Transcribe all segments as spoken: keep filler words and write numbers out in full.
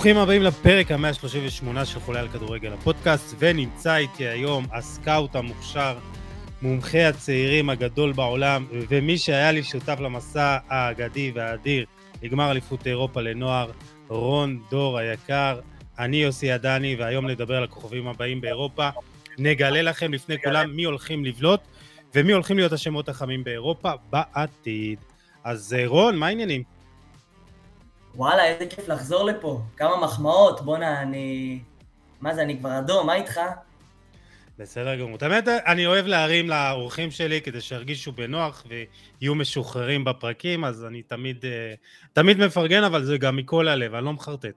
ברוכים הבאים לפרק ה-מאה שלושים ושמונה של חולה על כדורגל הפודקאסט, ונמצא איתי היום הסקאוט המוכשר, מומחה הצעירים הגדול בעולם, ומי שהיה לי שותף למסע האגדי והאדיר לגמר אליפות אירופה לנוער, רון דור היקר. אני יוסי עדני, והיום נדבר על הכוכבים הבאים באירופה. נגלה לכם לפני כולם מי הולכים לבלוט, ומי הולכים להיות השמות החמים באירופה בעתיד. אז רון, מה העניינים? וואלה, איזה כיף לחזור לפה. כמה מחמאות, בונה, אני... מה זה, אני כבר אדום, מה איתך? בסדר גמור. תמיד אני אוהב להרים לאורחים שלי כדי שירגישו בנוח ויהיו משוחררים בפרקים, אז אני תמיד, תמיד מפרגן, אבל זה גם מכל הלב, אני לא מחרטט.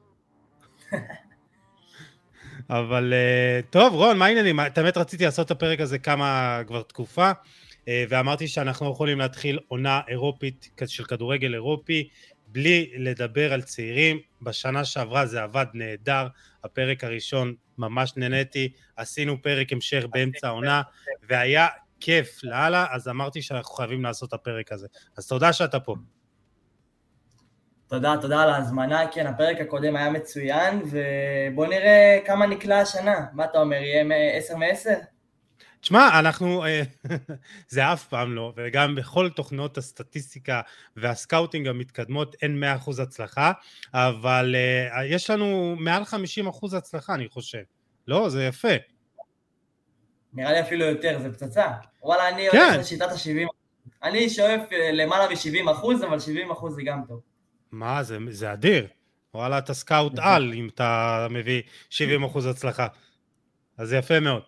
אבל טוב, רון, מה העניינים? תמיד רציתי לעשות את הפרק הזה כמה כבר תקופה, ואמרתי שאנחנו יכולים להתחיל עונה אירופית של כדורגל אירופי, בלי לדבר על צעירים. בשנה שעברה זה עבד נהדר, הפרק הראשון ממש נהניתי, עשינו פרק המשך באמצע העונה, והיה כיף להלאה, אז אמרתי שאנחנו חייבים לעשות את הפרק הזה. אז תודה שאתה פה. תודה, תודה על ההזמנה, כן, הפרק הקודם היה מצוין, ובוא נראה כמה נקלע השנה. מה אתה אומר, יהיה עשר מעשר? תשמע, אנחנו, זה אף פעם לא, וגם בכל תוכנות הסטטיסטיקה והסקאוטינג המתקדמות אין מאה אחוז הצלחה, אבל יש לנו מעל חמישים אחוז הצלחה, אני חושב. לא, זה יפה. נראה לי אפילו יותר, זה פצצה. וואלה, אני הולך לשיטת ה-שבעים. אני שואף למעלה מ-שבעים אחוז, אבל שבעים אחוז זה גם טוב. מה, זה, זה אדיר. וואלה, אתה סקאוט על, אם אתה מביא שבעים אחוז הצלחה. אז זה יפה מאוד.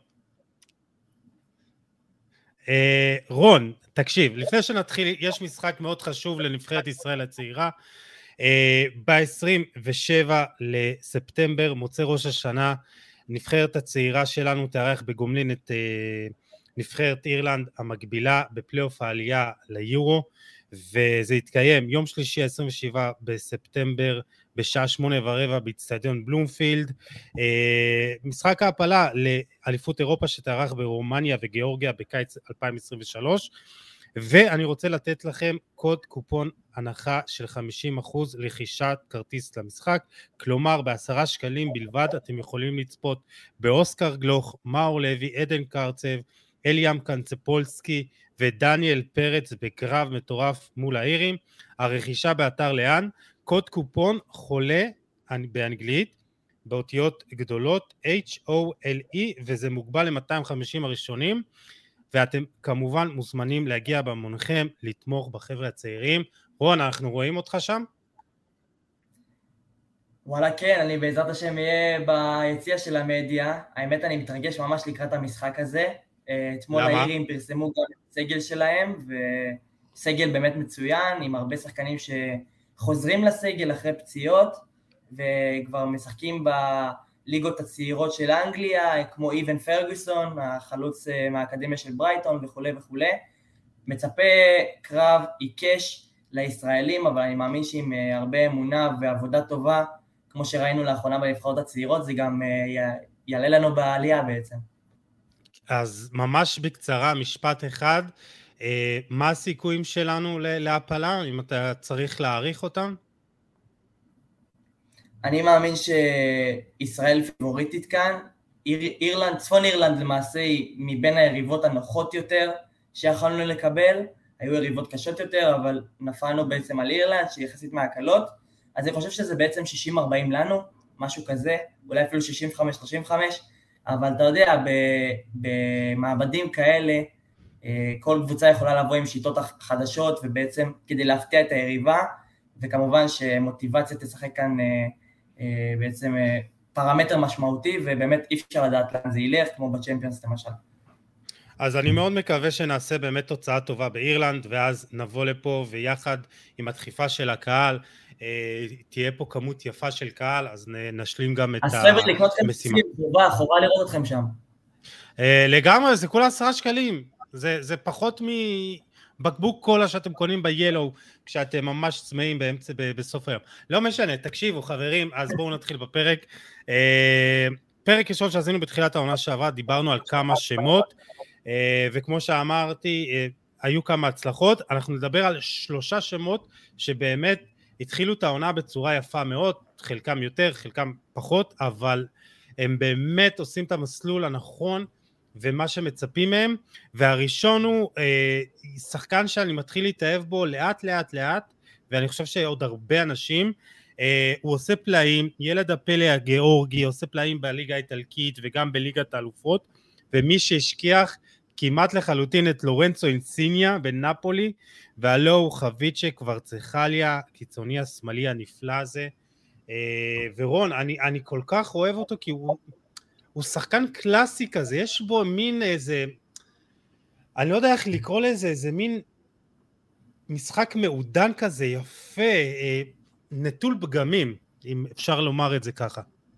רון, תקשיב, לפני שנתחיל, יש משחק מאוד חשוב לנבחרת ישראל הצעירה. ב-עשרים ושבעה לספטמבר, מוצא ראש השנה, נבחרת הצעירה שלנו תארח בגומלין את נבחרת אירלנד המקבילה בפלייאוף העלייה ליורו, וזה יתקיים יום שלישי עשרים ושבעה בספטמבר בשעה שמונה ורבע באצטדיון בלומפילד. משחק ההעפלה לאליפות אירופה שתארח ברומניה וגיאורגיה בקיץ אלפיים עשרים ושלוש, ואני רוצה לתת לכם קוד קופון הנחה של חמישים אחוז לרכישת כרטיס למשחק, כלומר בעשרה שקלים בלבד אתם יכולים לצפות באוסקר גלוך, מאור לוי, עדן קרצב, אליאם קנצפולסקי ודניאל פרץ בקרב מטורף מול האירים. הרכישה באתר לאן, קוד קופון חולה באנגלית באותיות גדולות H O L E, וזה מוגבל ל-מאתיים וחמישים הראשונים, ואתם כמובן מוזמנים להגיע במונכם לתמוך בחבר'ה הצעירים. רון, אנחנו רואים אותך שם? וואלה כן, אני בעזרת השם אהיה ביציע של המדיה. האמת אני מתרגש ממש לקראת המשחק הזה. אתמול האירים פרסמו גם את הסגל שלהם, וסגל באמת מצוין, עם הרבה שחקנים שחוזרים לסגל אחרי פציעות, וכבר משחקים בליגות הצעירות של אנגליה, כמו איבן פרגוסון, החלוץ מהאקדמיה של ברייטון וכו' וכו'. מצפה קרב עיקש לישראלים, אבל אני מאמין שעם הרבה אמונה ועבודה טובה, כמו שראינו לאחרונה בנבחרות הצעירות, זה גם יעלה לנו בעלייה בעצם. אז ממש בקצרה, משפט אחד, מה הסיכויים שלנו להפלה, אם אתה צריך להעריך אותם? אני מאמין שישראל פיבוריטית כאן. אירלנד, צפון אירלנד למעשה היא מבין היריבות הנוחות יותר שיכולנו לקבל, היו יריבות קשות יותר, אבל נפלנו בעצם על אירלנד שהיא יחסית מהקלות, אז אני חושב שזה בעצם שישים ארבעים לנו, משהו כזה, אולי אפילו שישים וחמש שלושים וחמש, אבל אתה יודע, במעבדים כאלה, כל קבוצה יכולה לבוא עם שיטות חדשות, ובעצם כדי להפתיע את היריבה, וכמובן שמוטיבציה תשחק כאן בעצם פרמטר משמעותי, ובאמת אי אפשר לדעת לאן זה ילך, כמו בצ'מפיונס למשל. אז אני מאוד מקווה שנעשה באמת תוצאה טובה באירלנד, ואז נבוא לפה ויחד עם הדחיפה של הקהל, תהיה פה כמות יפה של קהל, אז נשלים גם את המשימה. אז חבר'ה, לקנות כאן תקציב, טובה, חובה לראות אתכם שם. לגמרי, זה כולה עשרה שקלים, זה, זה פחות מבקבוק קולה שאתם קונים ב-Yellow, כשאתם ממש צמאים באמצע, בסוף היום. לא משנה, תקשיבו חברים, אז בואו נתחיל בפרק. פרק ראשון שעשינו בתחילת העונה שעברה, דיברנו על כמה שמות, וכמו שאמרתי, היו כמה הצלחות. אנחנו נדבר על שלושה שמות שבאמת התחילו את העונה בצורה יפה מאוד, חלקם יותר, חלקם פחות, אבל הם באמת עושים את המסלול הנכון, ומה שמצפים מהם, והראשון הוא אה, שחקן שאני מתחיל להתאהב בו לאט לאט לאט, ואני חושב שעוד הרבה אנשים, אה, הוא עושה פלאים, ילד הפלא הגיאורגי, עושה פלאים בליגה האיטלקית, וגם בליגת האלופות, ומי שהשכיח כמעט לחלוטין את לורנצו אינסיניה בנפולי, והלא הוא חביצ'ק ורצחליה, קיצוני השמאלי הנפלא הזה, אה, ורון, אני, אני כל כך אוהב אותו, כי הוא... הוא שחקן קלאסי כזה, יש בו מין איזה, אני לא יודע איך לקרוא לזה, איזה מין משחק מעודן כזה, יפה, נטול פגמים, אם אפשר לומר את זה ככה.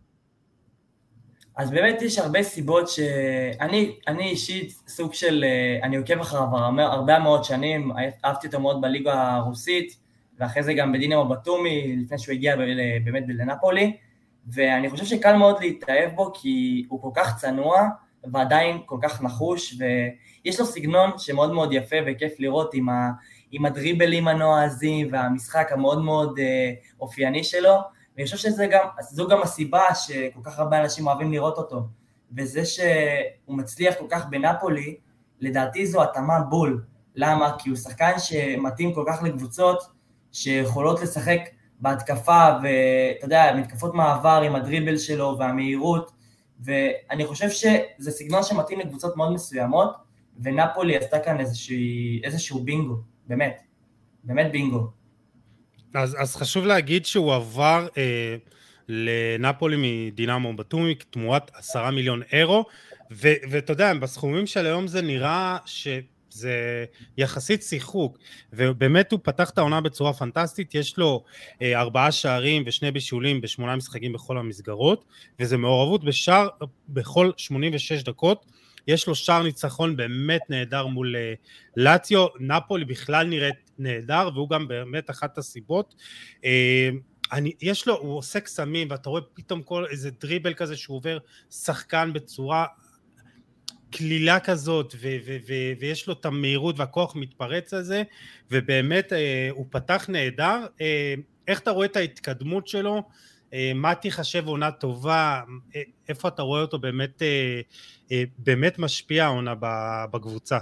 אז באמת יש הרבה סיבות שאני אני אישית סוג של, אני עוקב אחריו הרבה מאוד שנים, אהבתי אותו מאוד בליגה הרוסית, ואחרי זה גם בדינמו בתומי, לפני שהוא הגיע באמת לנפולי, ואני חושב שקל מאוד להתאהב בו, כי הוא כל כך צנוע, ועדיין כל כך נחוש, ויש לו סגנון שמאוד מאוד יפה וכיף לראות עם, ה, עם הדריבלים הנועזים, והמשחק המאוד מאוד אה, אופייני שלו, ואני חושב שזו גם, גם הסיבה שכל כך הרבה אנשים אוהבים לראות אותו, וזה שהוא מצליח כל כך בנפולי, לדעתי זו התאמה בול. למה? כי הוא שחקן שמתאים כל כך לקבוצות, שיכולות לשחק בהתקפה, ואתה יודע, מתקפות מעבר עם הדריבל שלו והמהירות, ואני חושב שזה סגנון שמתאים לקבוצות מאוד מסוימות, ונפולי עשתה כאן איזשהו, איזשהו בינגו, באמת, באמת בינגו. אז, אז חשוב להגיד שהוא עבר אה, לנפולי מדינמו בתומי תמורת עשרה מיליון אירו, ו, ואתה יודע, בסכומים של היום זה נראה ש... זה יחסית שיחוק, ובאמת הוא פתח את העונה בצורה פנטסטית, יש לו אה, ארבעה שערים ושני בישולים בשמונה משחקים בכל המסגרות, וזה מעורבות בשער בכל שמונים ושש דקות, יש לו שער ניצחון באמת נהדר מול אה, לציו, נפולי בכלל נראית נהדר, והוא גם באמת אחת הסיבות, אה, אני, יש לו, הוא עושה קסמים, ואתה רואה פתאום כל איזה דריבל כזה שהוא עובר שחקן בצורה כלילה כזאת, ו- ו- ו- ויש לו את המהירות והכוח מתפרץ הזה, ובאמת אה, הוא פתח נהדר. אה, איך אתה רואה את ההתקדמות שלו? אה, מה תחשב עונה טובה? אה, איפה אתה רואה אותו באמת, אה, אה, באמת משפיע העונה בקבוצה?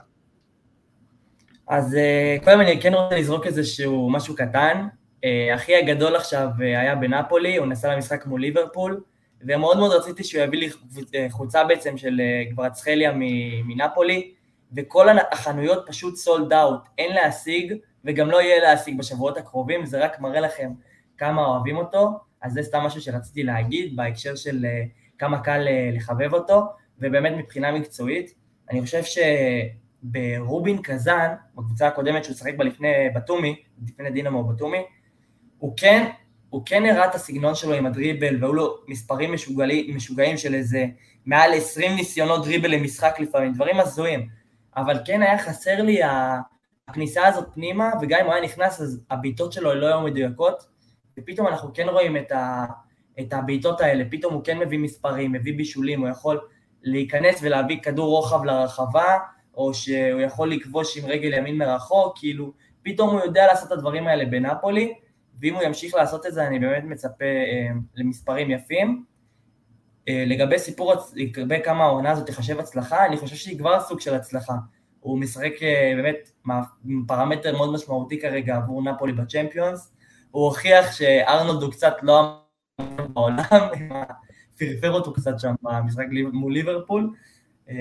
אז אה, קודם אני כן רוצה לזרוק איזשהו משהו קטן. אה, אחי הגדול עכשיו היה בנפולי, הוא נסע למשחק מול ליברפול, ומאוד מאוד רציתי שהוא יביא לי חולצה בעצם של גברצחליה מנפולי, וכל החנויות פשוט סולד אאוט, אין להשיג, וגם לא יהיה להשיג בשבועות הקרובים, זה רק מראה לכם כמה אוהבים אותו, אז זה סתם משהו שרציתי להגיד, בהקשר של כמה קל לחבב אותו, ובאמת מבחינה מקצועית, אני חושב שברובין קזאן, בקבוצה הקודמת שהוא שחק בה לפני בתומי, לפני דינמו בתומי, הוא כן, הוא כן הראה את הסגנון שלו עם הדריבל, והיו לו מספרים משוגעים, משוגעים של איזה מעל עשרים ניסיונות דריבל למשחק לפעמים, דברים הזויים, אבל כן היה חסר לי הכניסה הזאת פנימה, וגם אם הוא היה נכנס, אז הביתות שלו לא היו מדויקות, ופתאום אנחנו כן רואים את, ה, את הביתות האלה, פתאום הוא כן מביא מספרים, מביא בישולים, הוא יכול להיכנס ולהביא כדור רוחב לרחבה, או שהוא יכול לכבוש עם רגל ימין מרחוק, כאילו פתאום הוא יודע לעשות את הדברים האלה בנפולי, ואם הוא ימשיך לעשות את זה, אני באמת מצפה אה, למספרים יפים. אה, לגבי סיפור, לגבי כמה העונה הזאת תחשב הצלחה, אני חושב שהיא כבר סוג של הצלחה. הוא משחק אה, באמת פרמטר מאוד משמעותי כרגע עבור נפולי בצ'מפיונס. הוא הוכיח שארנולד הוא קצת לא בעולם, פרפר אותו קצת שם במשחק מול ליברפול. אה,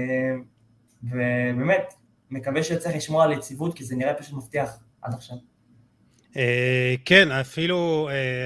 ובאמת, מקווה שצריך לשמור על יציבות, כי זה נראה פשוט מבטיח עד עכשיו. כן, אפילו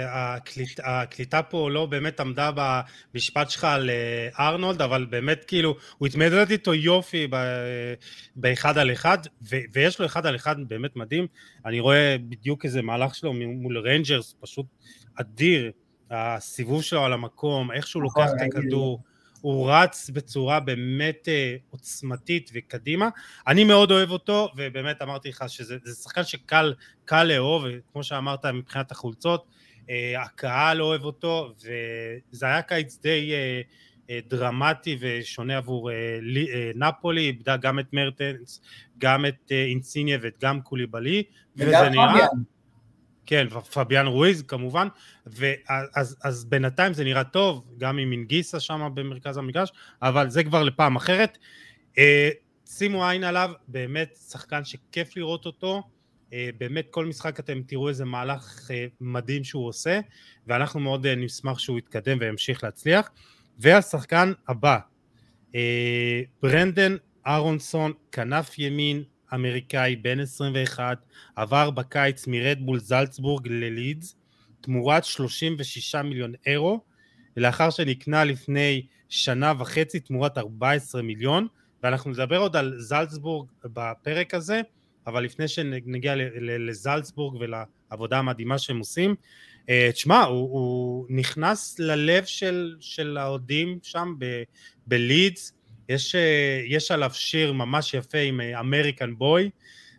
הקליטה פה לא באמת עמדה במשפט שלך על ארנולד, אבל באמת כאילו הוא התמודד איתו יופי באחד על אחד, ויש לו אחד על אחד באמת מדהים. אני רואה בדיוק איזה מהלך שלו מול ריינג'רס, פשוט אדיר, הסיבוב שלו על המקום, איך שהוא לוקח את הכדור, הוא רץ בצורה באמת עוצמתית וקדימה. אני מאוד אוהב אותו, ובאמת אמרתי לך שזה שחקן שקל קל לאהוב, וכמו שאמרת מבחינת החולצות, הקהל אוהב אותו, וזה היה קיץ די דרמטי ושונה עבור נפולי, איבדה גם את מרטנס, גם את אינסיניה וגם קוליבאלי, וזה נראה... כן, פביאן רואיז כמובן, ואז, אז בינתיים זה נראה טוב, גם עם אינגיסה שם במרכז המגרש, אבל זה כבר לפעם אחרת. שימו עין עליו, באמת שחקן שכיף לראות אותו, באמת כל משחק אתם תראו איזה מהלך מדהים שהוא עושה, ואנחנו מאוד נשמח שהוא יתקדם וימשיך להצליח. והשחקן הבא, ברנדן ארונסון, כנף ימין אמריקאי, בן עשרים ואחת, עבר בקיץ מרדבול זלצבורג ללידס, תמורת שלושים ושישה מיליון אירו, לאחר שנקנה לפני שנה וחצי תמורת ארבעה עשר מיליון, ואנחנו נדבר עוד על זלצבורג בפרק הזה, אבל לפני שנגיע לזלצבורג ולעבודה המדהימה שהם עושים, תשמע, הוא, הוא נכנס ללב של, של העודים שם ב, בלידס, יש, יש עליו שיר ממש יפה עם אמריקן בוי,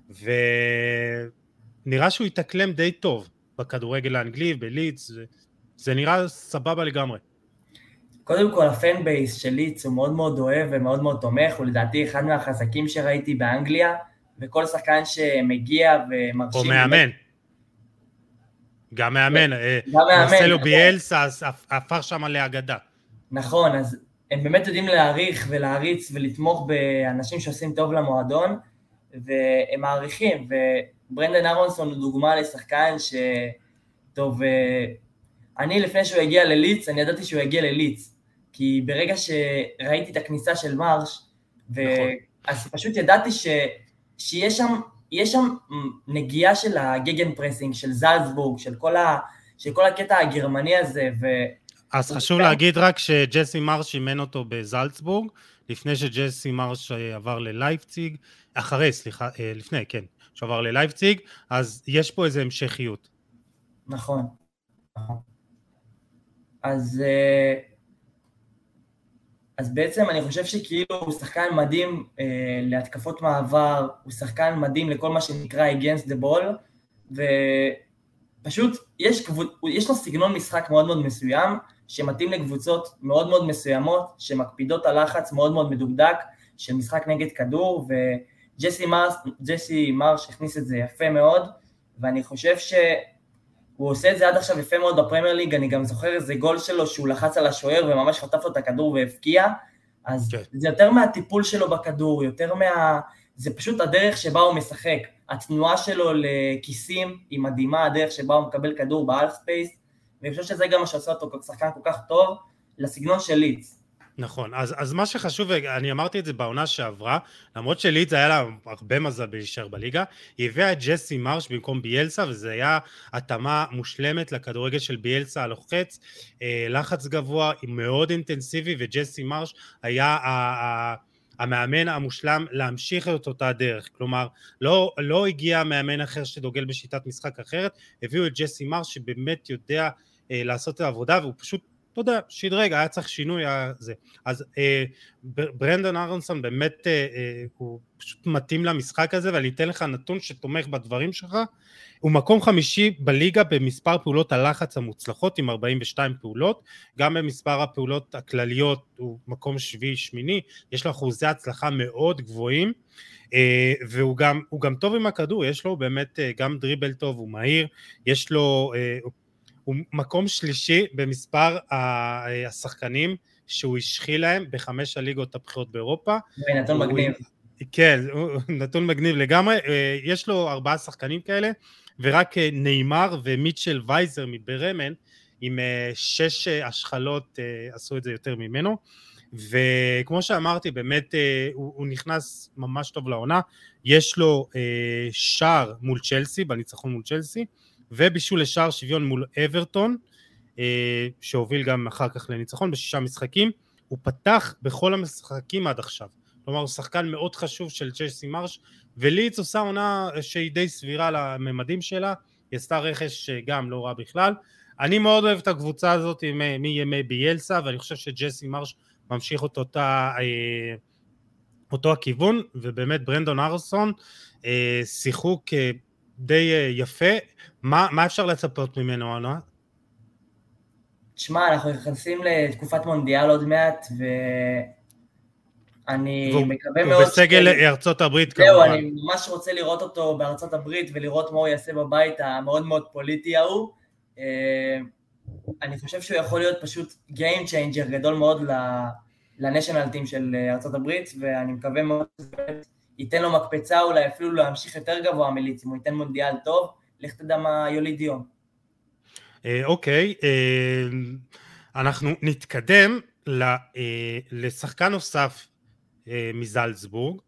ונראה שהוא יתקלם די טוב בכדורגל האנגלי, בלידס, זה, זה נראה סבבה לגמרי. קודם כל, הפן בייס של לידס הוא מאוד מאוד אוהב ומאוד מאוד תומך, הוא לדעתי אחד מהחזקים שראיתי באנגליה, וכל שחקן שמגיע ומרשים... או מאמן. גם מאמן, מרסלו ביאלסה הפך שם לאגדה. נכון, אז הם באמת יודעים להעריך ולהריץ ולתמוך באנשים שעושים טוב למועדון, והם מעריכים, וברנדן ארונסון הוא דוגמה לשחקן שטוב, אני לפני שהוא הגיע לליץ, אני ידעתי שהוא הגיע לליץ, כי ברגע שראיתי את הכניסה של מרש, ו... אז פשוט ידעתי ש... שיש שם, יש שם נגיעה של הגגן פרסינג, של זלצבורג, של כל, ה... של כל הקטע הגרמני הזה, ו... אז חשוב להגיד רק שג'סי מרש אימן אותו בזלצבורג, לפני שג'סי מרש עבר ללייפציג, אחרי, סליחה, לפני, כן, שעבר ללייפציג, אז יש פה איזו המשכיות. נכון. אז, אז בעצם אני חושב שכאילו הוא שחקן מדהים להתקפות מעבר, הוא שחקן מדהים לכל מה שנקרא against the ball, ופשוט יש, יש לו סגנון משחק מאוד מאוד מסוים, שמתאים לקבוצות מאוד מאוד מסוימות, שמקפידות על לחץ מאוד מאוד מדוקדק, של משחק נגד כדור, וג'סי מרש, ג'סי מרש הכניס את זה יפה מאוד, ואני חושב שהוא עושה את זה עד עכשיו יפה מאוד בפרמייר ליג, אני גם זוכר איזה גול שלו שהוא לחץ על השוער, וממש חטף לו את הכדור והפקיע, אז okay. זה יותר מהטיפול שלו בכדור, יותר מה... זה פשוט הדרך שבה הוא משחק, התנועה שלו לכיסים היא מדהימה, הדרך שבה הוא מקבל כדור באלף ספייס, ואני חושב שזה גם מה שעושה אותו כשחקן כל כך טוב, לסגנון של לידס. נכון, אז, אז מה שחשוב, אני אמרתי את זה בעונה שעברה, למרות שלידס היה לה הרבה מזל להישאר בליגה, היא הביאה את ג'סי מרש במקום ביאלסה, וזה היה התאמה מושלמת לכדורגל של ביאלסה הלוחץ, לחץ גבוה, מאוד אינטנסיבי, וג'סי מרש היה ה... ה המאמן המושלם להמשיך את אותה דרך, כלומר לא, לא הגיע מאמן אחר שדוגל בשיטת משחק אחרת, הביאו את ג'סי מרש שבאמת יודע אה, לעשות את העבודה, והוא פשוט, אתה יודע, שדרג, היה צריך שינוי, היה זה. אז אה, ברנדן ארונסון באמת, אה, אה, הוא פשוט מתאים למשחק הזה, ואני אתן לך נתון שתומך בדברים שלך, הוא מקום חמישי בליגה במספר פעולות הלחץ המוצלחות עם ארבעים ושתיים פעולות, גם במספר הפעולות הכלליות הוא מקום שביעי שמיני, יש לו אחוזי הצלחה מאוד גבוהים, והוא גם, הוא גם טוב עם הכדור, יש לו באמת גם דריבל טוב, הוא מהיר, יש לו, הוא מקום שלישי במספר השחקנים שהוא השחיל להם בחמש הליגות הבכירות באירופה. נתון מגניב. כן, נתון מגניב לגמרי, יש לו ארבעה שחקנים כאלה, ורק ניימר ומיטשל וייזר מברמן, עם שש השחלות עשו את זה יותר ממנו, וכמו שאמרתי, באמת הוא, הוא נכנס ממש טוב לעונה, יש לו שער מול צ'לסי, בניצחון מול צ'לסי, ובישול לשער שוויון מול אברטון, שהוביל גם אחר כך לניצחון בשישה משחקים, הוא פתח בכל המשחקים עד עכשיו, כלומר הוא שחקן מאוד חשוב של ג'סי מרש, ולידס עושה עונה שהיא די סבירה לממדים שלה, היא עשתה רכש גם לא רע בכלל, אני מאוד אוהב את הקבוצה הזאת מימי ביאלסה, ואני חושב שג'סי מרש ממשיך אותו, אותה, אותו הכיוון, ובאמת ברנדון ארונסון שיחוק די יפה, מה, מה אפשר לצפות ממנו עונה? תשמע, אנחנו נכנסים לתקופת מונדיאל עוד מעט, אני מקווה מאוד... הוא בסגל ארצות הברית כמובן. זהו, אני ממש רוצה לראות אותו בארצות הברית, ולראות מה הוא יעשה בבית המאוד מאוד פוליטי ההוא. אני חושב שהוא יכול להיות פשוט game changer גדול מאוד לנשיונל טים של ארצות הברית, ואני מקווה מאוד ייתן לו מקפצה, אולי אפילו להמשיך יותר גבוה מליץ, אם הוא ייתן מונדיאל טוב, לך תדע מה יוליד יום. אוקיי, אנחנו נתקדם לשחקן נוסף מזלצבורג,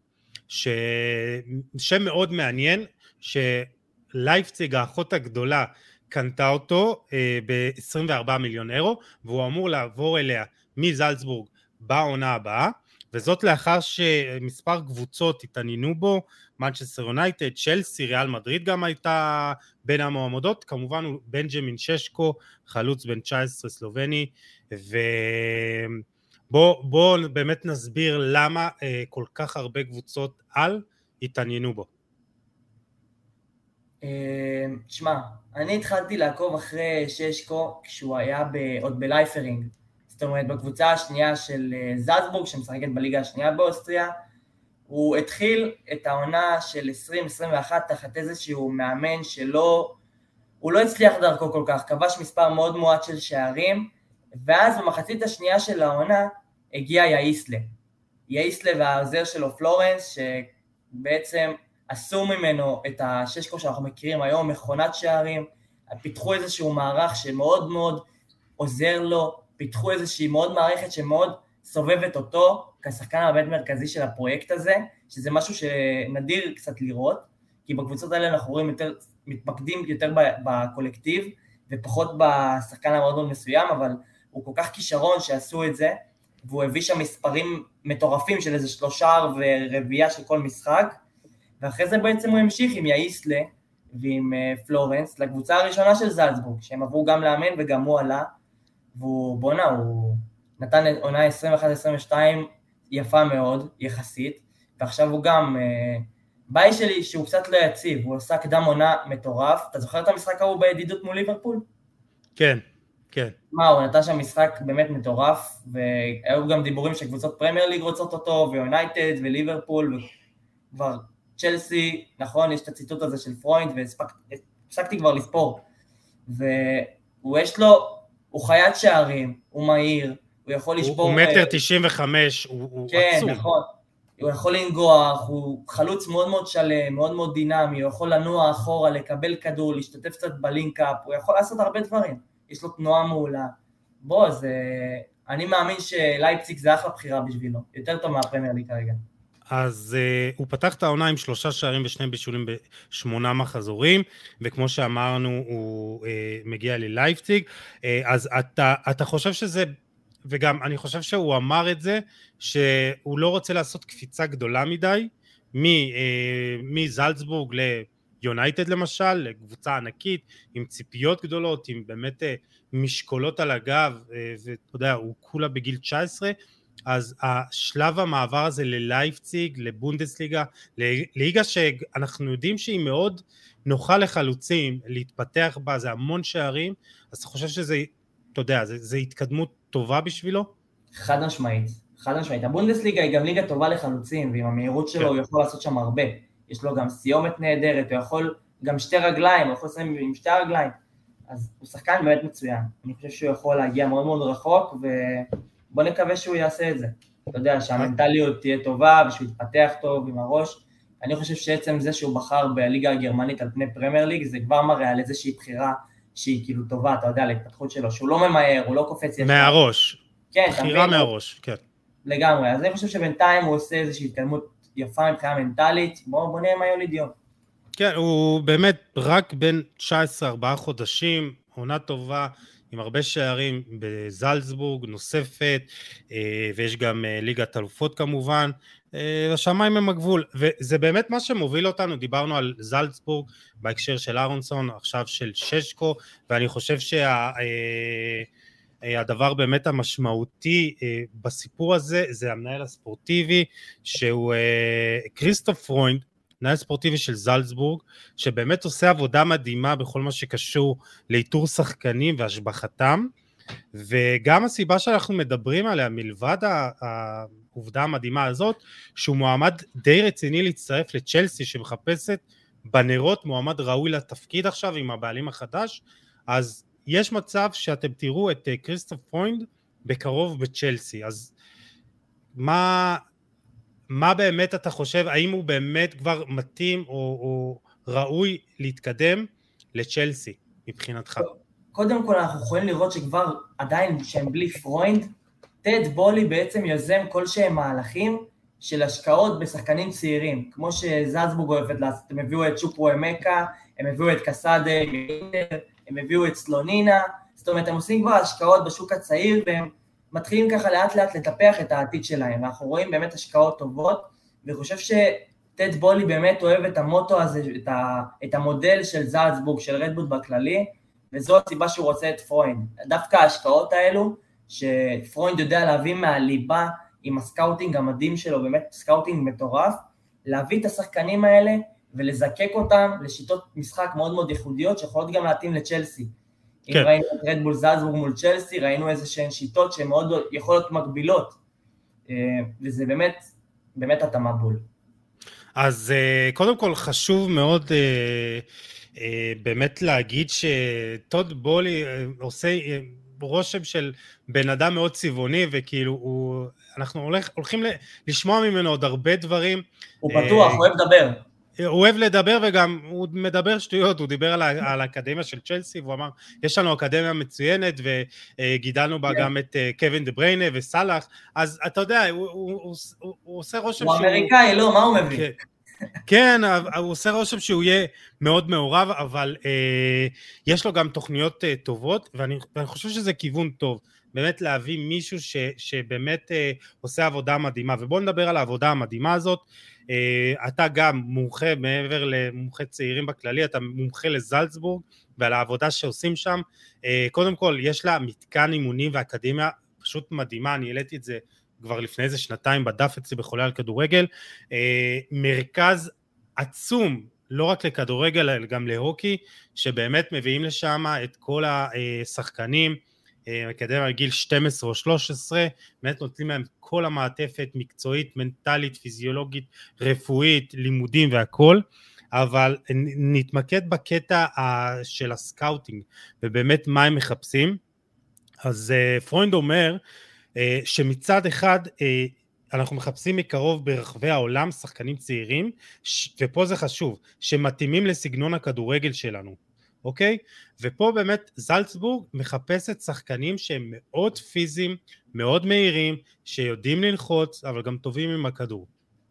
שם מאוד מעניין, שלייפציג האחות הגדולה קנתה אותו ב-עשרים וארבעה מיליון אירו, והוא אמור לעבור אליה מזלצבורג בעונה הבאה, וזאת לאחר שמספר קבוצות התעניינו בו, מנצ'סטר יונייטד, צ'לסי, ריאל מדריד גם הייתה בין המועמדות, כמובן הוא בנג'מין ששקו, חלוץ בן תשע עשרה סלובני, ובוא בוא באמת נסביר למה אה, כל כך הרבה קבוצות על התעניינו בו. שמע, אני התחלתי לעקוב אחרי ששקו כשהוא היה ב, עוד בלייפרינג, זאת אומרת בקבוצה השנייה של זלצבורג שמשחקת בליגה השנייה באוסטריה. הוא התחיל את העונה של עשרים עשרים ואחת תחת איזשהו מאמן שלא, הוא לא הצליח דרכו כל כך, כבש מספר מאוד מועט של שערים, ואז במחצית השנייה של העונה הגיע יאיסלה. יאיסלה והעוזר שלו פלורנס, שבעצם עשו ממנו את הששקו שאנחנו מכירים היום, מכונת שערים, פיתחו איזשהו מערך שמאוד מאוד עוזר לו, פיתחו איזושהי מאוד מערכת שמאוד סובבת אותו כשחקן הבית מרכזי של הפרויקט הזה, שזה משהו שנדיר קצת לראות, כי בקבוצות האלה אנחנו רואים יותר, מתמקדים יותר בקולקטיב, ופחות בשחקן המאוד מאוד מסוים, אבל הוא כל כך כישרון שעשו את זה, והוא הביא שם מספרים מטורפים של איזה שלושה ורביעה של כל משחק, ואחרי זה בעצם הוא המשיך עם יאיסלה ועם פלורנס, לקבוצה הראשונה של זלצבורג, שהם עברו גם לאמן וגם הוא עלה, והוא בונה, הוא נתן עונה עשרים ואחת עשרים ושתיים יפה מאוד, יחסית, ועכשיו הוא גם, ביי שלי שהוא קצת לא יציב, הוא עושה קדם עונה מטורף. אתה זוכר את המשחק ההוא בידידות מול ליברפול? כן, כן. מה, הוא נתן שם משחק באמת מטורף, והיו גם דיבורים שקבוצות פרמייר ליג רוצות אותו, ויונייטד וליברפול, וכבר צ'לסי, נכון, יש את הציטוט הזה של פרוינד, והפסקתי כבר לספור, והוא יש לו, הוא חיית שערים, הוא מהיר, הוא יכול לשבור... הוא מטר תשעים וחמש, הוא עצום. כן, נכון. הוא יכול לנגוח, הוא חלוץ מאוד מאוד שלם, מאוד מאוד דינמי, הוא יכול לנוע אחורה, לקבל כדור, להשתתף קצת בלינקאפ, הוא יכול לעשות הרבה דברים. יש לו תנועה מעולה. בוא, אז אני מאמין שלייפציג זה אחלה בחירה בשבילו, יותר טוב מהפרמייר ליג כרגע. אז uh, הוא פתח את העונה עם שלושה שערים ושני בישולים בשמונה מחזורים, וכמו שאמרנו, הוא uh, מגיע ללייפציג. Uh, אז אתה, אתה חושב שזה, וגם אני חושב שהוא אמר את זה, שהוא לא רוצה לעשות קפיצה גדולה מדי, מזלצבורג ליונייטד למשל, לקבוצה ענקית, עם ציפיות גדולות, עם באמת uh, משקולות על הגב, uh, ואתה יודע, הוא כולה בגיל תשע עשרה, אז השלב המעבר הזה ללייפציג, לבונדסליגה, לליגה שאנחנו יודעים שהיא מאוד נוחה לחלוצים, להתפתח בה, זה המון שערים, אז אתה חושב שזה, אתה יודע, זה, זה התקדמות טובה בשבילו? חד משמעית, חד משמעית. הבונדסליגה היא גם ליגה טובה לחלוצים, ועם המהירות שלו הוא יכול לעשות שם הרבה. יש לו גם סיומת נהדרת, הוא יכול גם שתי רגליים, הוא יכול לסיים עם שתי רגליים, אז הוא שחקן באמת מצוין. אני חושב שהוא יכול להגיע מאוד מאוד רחוק, ו... בוא נקווה שהוא יעשה את זה. אתה יודע, שהמנטליות תהיה טובה, ושהוא יתפתח טוב עם הראש. אני חושב שעצם זה שהוא בחר בליגה הגרמנית על פני פרמייר ליג, זה כבר מראה על איזושהי בחירה שהיא כאילו טובה, אתה יודע, להתפתחות שלו, שהוא לא ממהר, הוא לא קופץ ישר. מהראש. כן, בחירה מהראש, כן. לגמרי, אז אני חושב שבינתיים הוא עושה איזושהי התקדמות יפה מבחינה מנטלית, בואו בוא נראה מה יוליד יום. כן, הוא באמת רק בין תשע עשרה ארבעה חודשים, עונה טובה, עם הרבה שערים בזלצבורג נוספת, ויש גם ליגת אלופות כמובן, השמיים הם הגבול, וזה באמת מה שמוביל אותנו. דיברנו על זלצבורג בהקשר של אהרונסון, עכשיו של ששקו, ואני חושב שהדבר באמת המשמעותי בסיפור הזה, זה המנהל הספורטיבי, שהוא כריסטוף פרוינד, מנהל ספורטיבי של זלצבורג, שבאמת עושה עבודה מדהימה בכל מה שקשור לאיתור שחקנים והשבחתם, וגם הסיבה שאנחנו מדברים עליה, מלבד העובדה המדהימה הזאת, שהוא מועמד די רציני להצטרף לצ'לסי, שמחפשת בנרות מועמד ראוי לתפקיד עכשיו עם הבעלים החדש, אז יש מצב שאתם תראו את כריסטוף פרוינד בקרוב בצ'לסי, אז מה, מה באמת אתה חושב, האם הוא באמת כבר מתאים או, או ראוי להתקדם לצ'לסי מבחינתך? קודם כל אנחנו יכולים לראות שכבר עדיין שהם בלי פרוינד, טד בולי בעצם יוזם כל שהם מהלכים של השקעות בשחקנים צעירים, כמו שזלצבורג אוהבת לעשות, הם הביאו את צ'ופרו אמקה, הם הביאו את קסאדה, הם הביאו את סלונינה, זאת אומרת הם עושים כבר השקעות בשוק הצעיר, והם מתחילים ככה לאט לאט לטפח את העתיד שלהם, ואנחנו רואים באמת השקעות טובות, וחושב שטד בולי באמת אוהב את המוטו הזה, את, ה, את המודל של זלצבורג, של רדבול בכללי, וזו הסיבה שהוא רוצה את פרוינד. דווקא ההשקעות האלו, שפרוינד יודע להביא מהליבה, עם הסקאוטינג המדהים שלו, באמת סקאוטינג מטורף, להביא את השחקנים האלה, ולזקק אותם לשיטות משחק מאוד מאוד ייחודיות, שיכולות גם להתאים לצ'לסי. כן. אם ראינו את רדבול זלצבורג מול צ'לסי, ראינו איזה שהן שיטות שהן מאוד יכולות מקבילות, וזה באמת, באמת התאמה בול. אז קודם כל חשוב מאוד באמת להגיד שטוד בולי עושה רושם של בן אדם מאוד צבעוני, וכאילו הוא, אנחנו הולך, הולכים לשמוע ממנו עוד הרבה דברים. הוא פתוח, הוא אוהב לדבר. הוא אוהב לדבר וגם הוא מדבר שטויות, הוא דיבר על, על האקדמיה של צ'לסי, והוא אמר, יש לנו אקדמיה מצוינת, וגידלנו בה גם את קווין דה בריינה וסלאח, אז אתה יודע, הוא, הוא, הוא, הוא, הוא עושה רושם הוא שהוא... הוא אמריקאי, לא, מה הוא מביא? כן, כן, הוא עושה רושם שהוא יהיה מאוד מעורב, אבל אה, יש לו גם תוכניות אה, טובות, ואני, ואני חושב שזה כיוון טוב, באמת להביא מישהו ש, שבאמת אה, עושה עבודה מדהימה, ובואו נדבר על העבודה המדהימה הזאת. אה, אתה גם מומחה, מעבר למומחה צעירים בכללי, אתה מומחה לזלצבורג, ועל העבודה שעושים שם. אה, קודם כל, יש לה מתקן אימונים ואקדמיה פשוט מדהימה, אני העליתי את זה כבר לפני איזה שנתיים בדף אצלי בחולה על כדורגל, אה, מרכז עצום, לא רק לכדורגל, אלא גם להוקי, שבאמת מביאים לשם את כל השחקנים, אקדמיה על גיל שתים עשרה או שלוש עשרה, באמת נותנים להם כל המעטפת מקצועית, מנטלית, פיזיולוגית, רפואית, לימודים והכל, אבל נתמקד בקטע של הסקאוטינג, ובאמת מה הם מחפשים. אז פרוינד אומר, שמצד אחד אנחנו מחפשים מקרוב ברחבי העולם שחקנים צעירים, ופה זה חשוב, שמתאימים לסגנון הכדורגל שלנו, אוקיי? ופה באמת זלצבורג מחפשת שחקנים שהם מאוד פיזיים, מאוד מהירים, שיודעים ללחוץ, אבל גם טובים עם הכדור.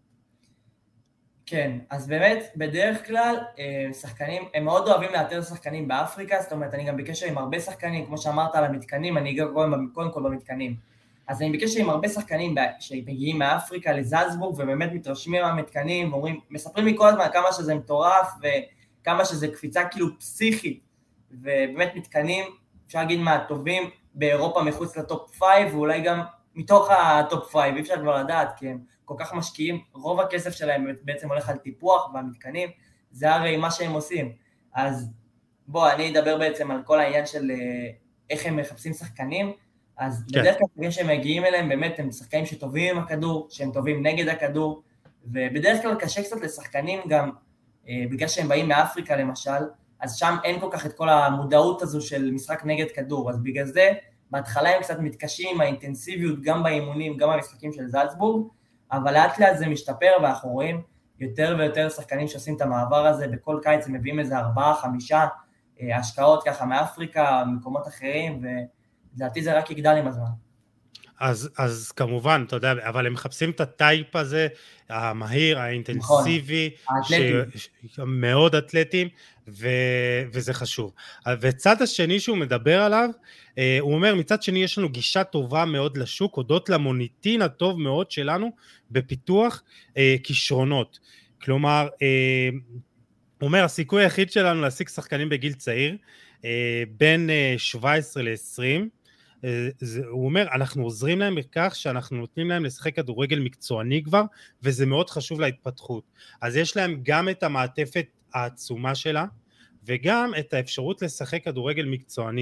כן, אז באמת בדרך כלל שחקנים, הם מאוד אוהבים לאתר שחקנים באפריקה, זאת אומרת אני גם בקשר עם הרבה שחקנים, כמו שאמרת על המתקנים, אני אגע קודם כל במתקנים. אז אני בקשר עם הרבה שחקנים שמגיעים מאפריקה לזלצבורג, ובאמת מתרשמים מהמתקנים, ואומרים, מספרים לי כל הזמן כמה שזה מטורף, וכמה שזה קפיצה כאילו פסיכית, ובאמת מתקנים, אפשר להגיד מהטובים באירופה מחוץ לטופ חמש, ואולי גם מתוך הטופ חמש, אי אפשר כבר לדעת, כי הם כל כך משקיעים, רוב הכסף שלהם בעצם הולך על טיפוח והמתקנים, זה הרי מה שהם עושים. אז בוא, אני אדבר בעצם על כל העניין של איך הם מחפשים שחקנים, אז כן. בדרך כלל שהם מגיעים אליהם, באמת הם שחקנים שטובים עם הכדור, שהם טובים נגד הכדור, ובדרך כלל קשה קצת לשחקנים גם, בגלל שהם באים מאפריקה למשל, אז שם אין כל כך את כל המודעות הזו של משחק נגד כדור, אז בגלל זה, בהתחלה הם קצת מתקשים עם האינטנסיביות, גם באימונים, גם במשחקים של זלצבורג, אבל לאט לאט זה משתפר, ואנחנו רואים יותר ויותר שחקנים שעושים את המעבר הזה, בכל קיץ הם מביאים איזה ארבעה, חמישה השקעות ככה מאפריקה, ממקומות אחרים, ולדעתי זה רק יגדל עם הזמן. אז, אז כמובן, אתה יודע, אבל הם מחפשים את הטייפ הזה, המהיר, האינטנסיבי, נכון, מאוד אתלטים, ו, וזה חשוב. וצד השני שהוא מדבר עליו, הוא אומר, מצד שני יש לנו גישה טובה מאוד לשוק, הודות למוניטין הטוב מאוד שלנו, בפיתוח כישרונות. כלומר, הוא אומר, הסיכוי היחיד שלנו להשיג שחקנים בגיל צעיר, בין שבע עשרה ל-עשרים, זה, הוא אומר, אנחנו עוזרים להם בכך שאנחנו נותנים להם לשחק כדורגל מקצועני כבר, וזה מאוד חשוב להתפתחות. אז יש להם גם את המעטפת העצומה שלה, וגם את האפשרות לשחק כדורגל מקצועני.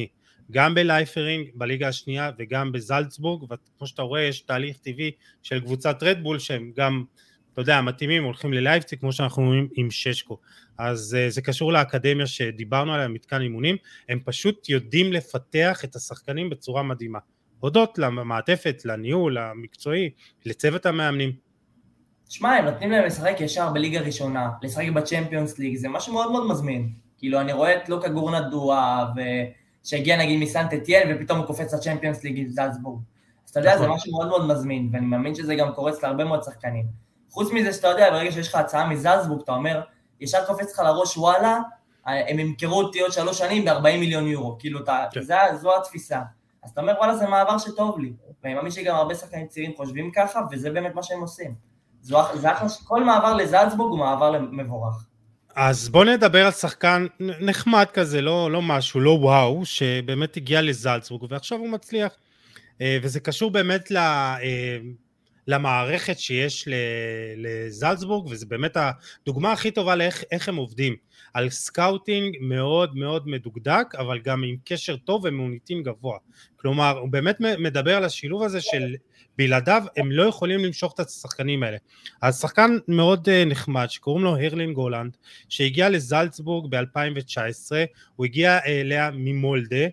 גם בלייפרינג, בליגה השנייה, וגם בזלצבורג, וכמו שאתה רואה, יש תהליך טבעי של קבוצת רדבול, שהם גם, אתה יודע, המתאימים, הולכים ללייפציג, כמו שאנחנו רואים עם ששקו. אז זה קשור לאקדמיה שדיברנו עליה, מתקן אימונים, הם פשוט יודעים לפתח את השחקנים בצורה מדהימה. הודות למעטפת, לניהול, למקצועי, לצוות המאמנים. תשמע, הם נותנים להם לשחק ישר בליגה ראשונה, לשחק בצ'מפיונס ליג, זה משהו מאוד מאוד מזמין. כאילו, אני רואה את לוקה גורנדואה, שהגיע נגיד מסנט אתיין, ופתאום הוא קופץ לצ'מפיונס ליג עם זלצבורג. אז אתה יודע, זה משהו מאוד מאוד מזמין, ואני מאמין שזה גם קורץ להרבה מאוד שחקנים. חוץ מזה שאתה יודע, ברגע שיש לך הצעה מזלצבורג, אתה אומר, ישר קופץ לך לראש, וואלה, הם ימכרו אותי עוד שלוש שנים ב-ארבעים מיליון יורו, כאילו, זו התפיסה. אז אתה אומר, וואלה, זה מעבר שטוב לי, ואני מאמין שגם הרבה שחקנים צעירים חושבים ככה, וזה באמת מה שהם עושים. זה אחלה, כל מעבר לזלצבורג הוא מעבר מבורך. אז בוא נדבר על שחקן נחמד כזה, לא, לא משהו, לא וואו, שבאמת הגיע לזלצבורג, ועכשיו הוא מצליח, וזה קשור באמת למערכת שיש לזלצבורג, וזה באמת הדוגמה הכי טובה לאיך איך הם עובדים, על סקאוטינג מאוד מאוד מדוקדק, אבל גם עם קשר טוב ומוניטין גבוה. כלומר, הוא באמת מדבר על השילוב הזה של בלעדיו, הם לא יכולים למשוך את השחקנים האלה. אז שחקן מאוד נחמד, שקוראים לו הרלינג הולנד, שהגיע לזלצבורג ב-אלפיים תשע עשרה, הוא הגיע אליה ממולדה,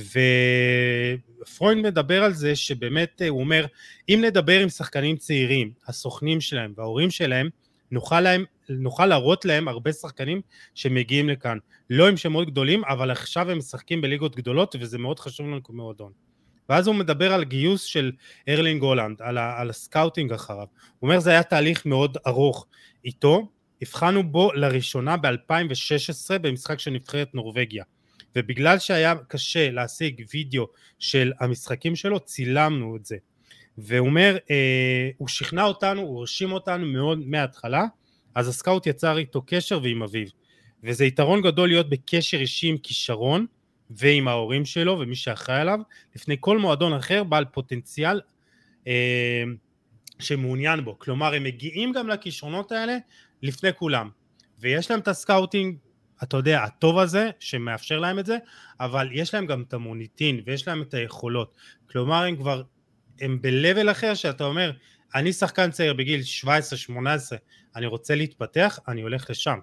ופרוינד מדבר על זה שבאמת הוא אומר, אם נדבר עם שחקנים צעירים, הסוכנים שלהם וההורים שלהם, נוכל, להם, נוכל להראות להם הרבה שחקנים שמגיעים לכאן, לא עם שמות גדולים, אבל עכשיו הם משחקים בליגות גדולות, וזה מאוד חשוב לנו כמועדון. ואז הוא מדבר על גיוס של הרלינג הולנד, על, ה, על הסקאוטינג אחריו. הוא אומר, זה היה תהליך מאוד ארוך איתו, הבחנו בו לראשונה ב-אלפיים ושש עשרה במשחק של נבחרת נורווגיה, ובגלל שהיה קשה להשיג וידאו של המשחקים שלו, צילמנו את זה. והוא אומר, אה, הוא שכנע אותנו, הוא הרשים אותנו מאוד מההתחלה, אז הסקאוט יצר איתו קשר ועם אביו. וזה יתרון גדול להיות בקשר אישי עם כישרון, ועם ההורים שלו ומי שאחראי עליו, לפני כל מועדון אחר בעל פוטנציאל אה, שמעוניין בו. כלומר, הם מגיעים גם לכישרונות האלה לפני כולם. ויש להם את הסקאוטינג, אתה יודע, הטוב הזה, שמאפשר להם את זה, אבל יש להם גם את המוניטין, ויש להם את היכולות. כלומר, הם כבר, הם ב-level אחר, שאתה אומר, אני שחקן צעיר בגיל שבע עשרה שמונה עשרה, אני רוצה להתפתח, אני הולך לשם.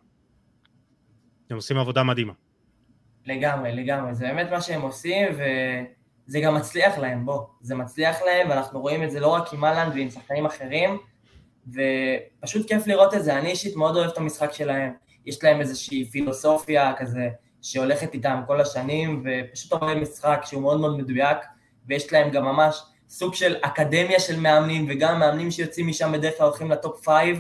הם עושים עבודה מדהימה. לגמרי, לגמרי, זה באמת מה שהם עושים, וזה גם מצליח להם, בוא, זה מצליח להם, ואנחנו רואים את זה לא רק עם אלנד ועם שחקנים אחרים, ופשוט כיף לראות את זה, אני אישית מאוד אוהב את המשחק שלהם, יש להם איזושהי פילוסופיה כזה, שהולכת איתם כל השנים, ופשוט רואים משחק שהוא מאוד מאוד מדויק, ויש להם גם ממש סוג של אקדמיה של מאמנים, וגם מאמנים שיוצאים משם בדרך כלל הולכים לטופ פייב,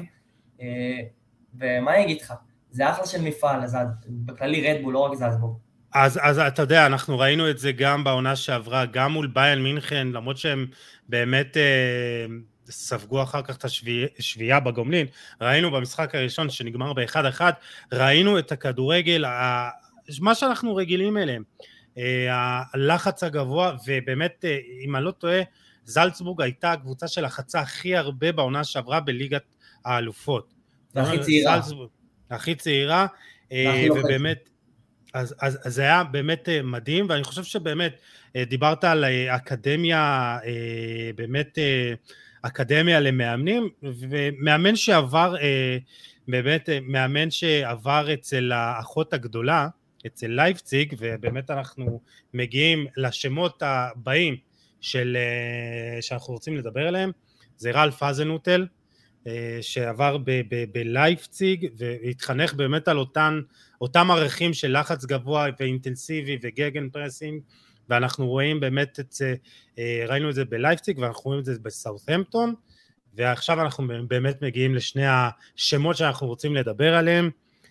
ומה אני אגיד לך? זה אחלה של מפעל, אז בכללי רדבול, לא רק זלצבורג. אז, אז אתה יודע, אנחנו ראינו את זה גם בעונה שעברה, גם מול ביירן מינכן, למרות שהם באמת אה, ספגו אחר כך את השביעייה בגומלין, ראינו במשחק הראשון שנגמר באחד אחד, ראינו את הכדורגל, ה, מה שאנחנו רגילים אליהם, אה, הלחץ הגבוה, ובאמת, אה, אם אני לא טועה, זלצבורג הייתה הקבוצה של החצה הכי הרבה בעונה שעברה בליגת האלופות. הכי צעירה. זלצבורג, הכי צעירה, אה, ובאמת, אז, אז, אז זה היה באמת מדהים, ואני חושב שבאמת דיברת על אקדמיה, באמת אקדמיה למאמנים, ומאמן שעבר, באמת מאמן שעבר אצל האחות הגדולה, אצל לייפציג, ובאמת אנחנו מגיעים לשמות הבאים של, שאנחנו רוצים לדבר עליהם, זה רלף האזנהוטל, שעבר בלייפציג, והתחנך באמת על אותן, אותם ערכים של לחץ גבוה ואינטנסיבי וגגן פרסינג, ואנחנו רואים באמת את זה, ראינו את זה בלייפציג, ואנחנו רואים את זה בסאות'המפטון, ועכשיו אנחנו באמת מגיעים לשני השמות שאנחנו רוצים לדבר עליהם.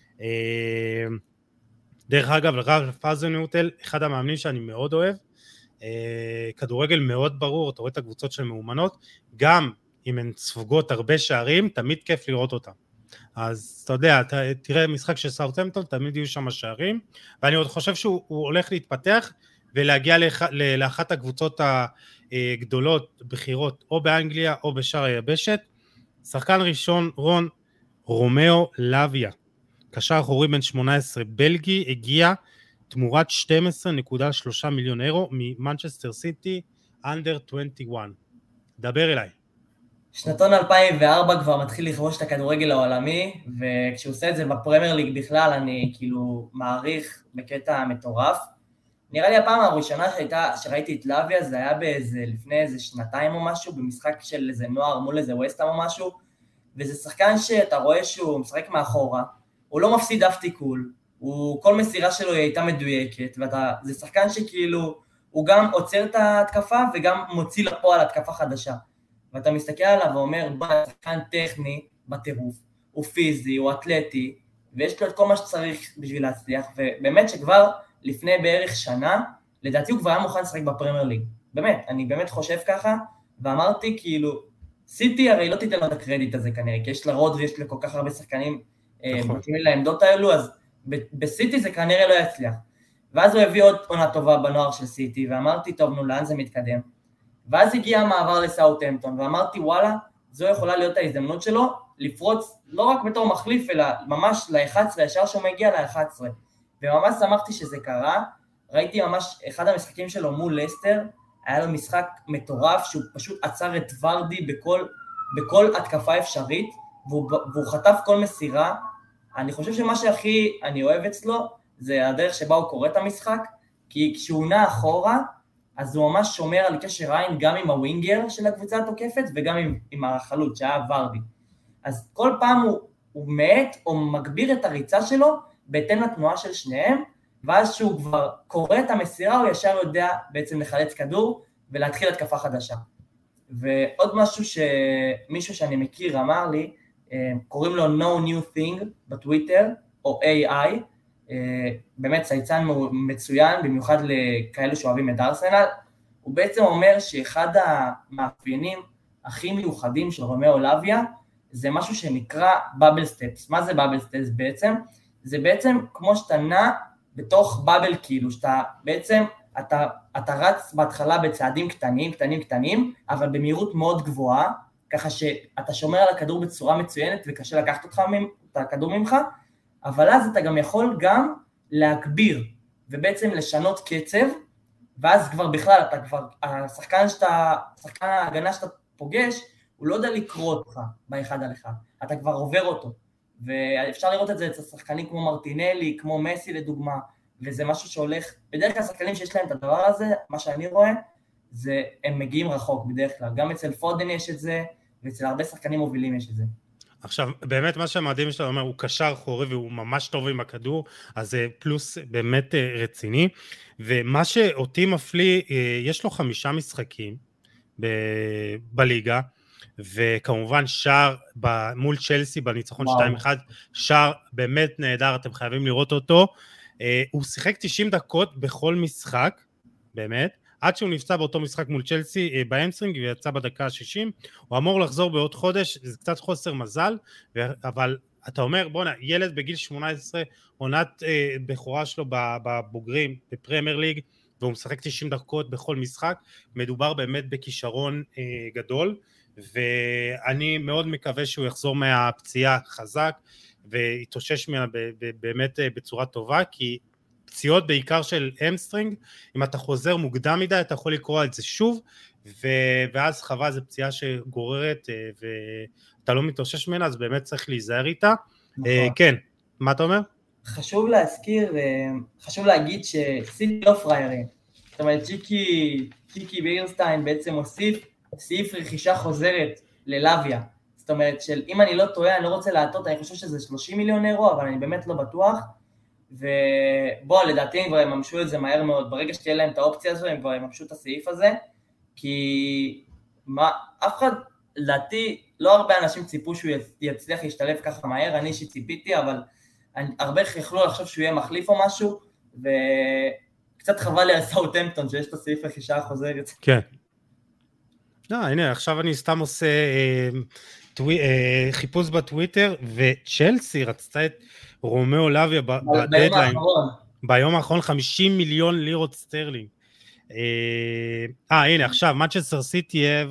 דרך אגב, רלף האזנהוטל, אחד המאמנים שאני מאוד אוהב, כדורגל מאוד ברור, אתה רואה את הקבוצות של מאומנות, גם אם הן ספוגות הרבה שערים, תמיד כיף לראות אותם. אז אתה יודע, אתה, תראה משחק של סאות'המפטון, תמיד יהיו שם שערים, ואני עוד חושב שהוא הולך להתפתח, ולהגיע לאח, לאחת הקבוצות הגדולות, בחירות, או באנגליה, או בשאר היבשת. שחקן ראשון, רון, רומאו לויה, קשר אחורי בן שמונה עשרה, בלגי, הגיע, תמורת שתים עשרה נקודה שלוש מיליון אירו ממנצ'סטר סיטי, אנדר עשרים ואחת. דבר אליי. שנתון אלפיים וארבע כבר מתחיל לכבוש את הכדורגל העולמי, וכשהוא עושה את זה בפרמייר ליג בכלל, אני כאילו מעריך בקטע מטורף. נראה לי הפעם הראשונה שהייתה, שראיתי את לויה, זה היה באיזה, לפני איזה שנתיים או משהו, במשחק של איזה נוער מול איזה ווסטהאם או משהו, וזה שחקן שאתה רואה שהוא משחק מאחורה, הוא לא מפסיד אף תיקול, הוא, כל מסירה שלו היא הייתה מדויקת, וזה שחקן שכאילו, הוא גם עוצר את ההתקפה וגם מוציא לפועל התקפה חדשה. ואתה מסתכל עליו ואומר, בא, שחקן טכני בטירוף, הוא פיזי, הוא אתלטי, ויש לו את כל מה שצריך בשביל להצליח, ובאמת שכבר לפני בערך שנה, לדעתי הוא כבר היה מוכן לשחק בפרמייר ליג. באמת, אני באמת חושב ככה, ואמרתי כאילו, סיטי הרי לא תיתן לו את הקרדיט הזה כנראה, כי יש לה רודרי, יש לה כל כך הרבה שחקנים, מתאימים לעמדות האלו, אז בסיטי זה כנראה לא יצליח. ואז הוא הביא עוד עונה טובה בנוער של סיטי, ואמרתי, טוב, נו, לאן זה מתקדם? ואז הגיע המעבר לסאות'המפטון, ואמרתי, וואלה, זו יכולה להיות ההזדמנות שלו, לפרוץ לא רק בתור מחליף, אלא ממש ל-אחת עשרה, ישר שהוא מגיע ל-אחת עשרה. וממש שמחתי שזה קרה, ראיתי ממש אחד המשחקים שלו מול לסטר, היה לו משחק מטורף, שהוא פשוט עצר את ורדי בכל, בכל התקפה אפשרית, והוא, והוא חטף כל מסירה. אני חושב שמה שהכי אני אוהב אצלו, זה הדרך שבה הוא קורא את המשחק, כי כשהוא נע אחורה, אז הוא ממש שומר על קשר עין גם עם הווינגר של הקבוצה התוקפת, וגם עם, עם החלוץ שהיה ורדי. אז כל פעם הוא, הוא מעט או מגביר את הריצה שלו, בהתאם לתנועה של שניהם, ואז שהוא כבר קורא את המסירה, הוא ישר יודע בעצם לחלץ כדור, ולהתחיל התקפה חדשה. ועוד משהו שמישהו שאני מכיר אמר לי, קוראים לו No New Thing בטוויטר, או איי איי, באמת צייצן מצוין, במיוחד לכאלו שאוהבים את ארסנל, הוא בעצם אומר שאחד המאפיינים הכי מיוחדים של רומאו לויה, זה משהו שנקרא בבל סטפס. מה זה בבל סטפס בעצם? זה בעצם כמו שאתה נע בתוך בבל, כאילו שאתה בעצם, אתה, אתה רץ בהתחלה בצעדים קטנים, קטנים, קטנים, אבל במהירות מאוד גבוהה, ככה שאתה שומר על הכדור בצורה מצוינת וקשה לקחת אותך, את הכדור ממך, אבל אז אתה גם יכול גם להגביר, ובעצם לשנות קצב, ואז כבר בכלל, אתה כבר, השחקן שאתה, שחקן ההגנה שאתה פוגש, הוא לא יודע לקרוא אותך באחד על אחד, אתה כבר עובר אותו, ואפשר לראות את זה אצל שחקנים כמו מרטינלי, כמו מסי לדוגמה, וזה משהו שהולך, בדרך כלל שחקנים שיש להם את הדבר הזה, מה שאני רואה, זה הם מגיעים רחוק בדרך כלל, גם אצל פודן יש את זה, ואצל הרבה שחקנים מובילים יש את זה. עכשיו, באמת מה שהמדהים שאתה אומר, הוא קשר אחורי והוא ממש טוב עם הכדור, אז זה פלוס באמת רציני, ומה שאותי מפליא, יש לו חמישה משחקים ב- בליגה, וכמובן שער מול צ'לסי בניצחון שתיים אחת, שער באמת נהדר, אתם חייבים לראות אותו, הוא שיחק תשעים דקות בכל משחק, באמת, עד שהוא נפצע באותו משחק מול צ'לסי באמסטרינג ויצא בדקה ה-שישים, הוא אמור לחזור בעוד חודש, זה קצת חוסר מזל, אבל אתה אומר, בוא'נה, ילד בגיל שמונה עשרה, עונת אה, בחורה שלו בבוגרים, בפרמייר ליג, והוא משחק תשעים דקות בכל משחק, מדובר באמת בכישרון אה, גדול, ואני מאוד מקווה שהוא יחזור מהפציעה חזק, ויתאושש ממנה באמת בצורה טובה, כי פציעות בעיקר של אמסטרינג, אם אתה חוזר מוקדם מדי, אתה יכול לקרוא את זה שוב, ואז חווה זו פציעה שגוררת, ואתה לא מתאושש ממנה, אז באמת צריך להיזהר איתה. כן, מה אתה אומר? חשוב להזכיר, חשוב להגיד שסיטי לא פריירים. זאת אומרת, צ'יקי, צ'יקי בירסטיין בעצם הוסיף סעיף רכישה חוזרת ללויה. זאת אומרת, אם אני לא טועה, אני לא רוצה להטות, אני חושב שזה שלושים מיליון אירו, אבל אני באמת לא בטוח. ובוא, לדעתי הם כבר יממשו את זה מהר מאוד, ברגע שתהיה להם את האופציה הזו, הם כבר יממשו את הסעיף הזה, כי מה, אף אחד, לדעתי, לא הרבה אנשים ציפו שהוא יצליח להשתלב ככה מהר, אני שציפיתי, אבל אני, הרבה יכלו לחשוב שהוא יהיה מחליף או משהו, וקצת חבל לי על סאות'המפטון, שיש את הסעיף רכישה החוזרת. כן. לא, הנה, עכשיו אני סתם עושה אה, טווי, אה, חיפוש בטוויטר, וצ'לסי רצתה את רומאו לויה בדדליין, ביום האחרון חמישים מיליון לירות סטרלינג. אה, הנה, עכשיו, מנצ'סטר סיטי יהיה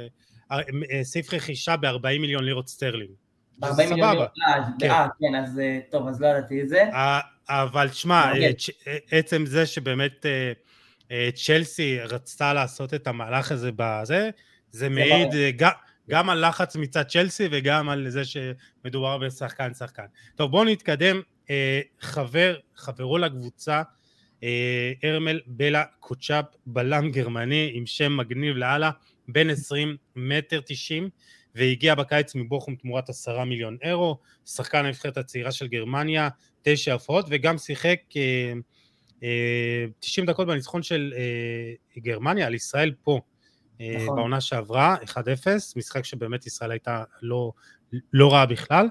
סעיף רכישה ב-ארבעים מיליון לירות סטרלינג. ארבעים מיליון לירות, אה, כן, אז טוב, אז לא ידעתי את זה. אבל תשמע, עצם זה שבאמת צ'לסי רצתה לעשות את המהלך הזה בזה, זה מעיד גם על לחץ מצד צ'לסי וגם על זה שמדובר בשחקן שחקן. טוב, בואו נתקדם. חבר, חברו לקבוצה, ארמל בלה קוצ'אפ, בלם גרמני עם שם מגניב לאללה, בן עשרים מטר תשעים, והגיע בקיץ מבוכום תמורת עשרה מיליון אירו, שחקן הנבחרת הצעירה של גרמניה, תשע הופעות, וגם שיחק תשעים דקות בניצחון של גרמניה על ישראל פה, נכון. בעונה שעברה, אחד אפס, משחק שבאמת ישראל הייתה לא, לא רעה בכלל.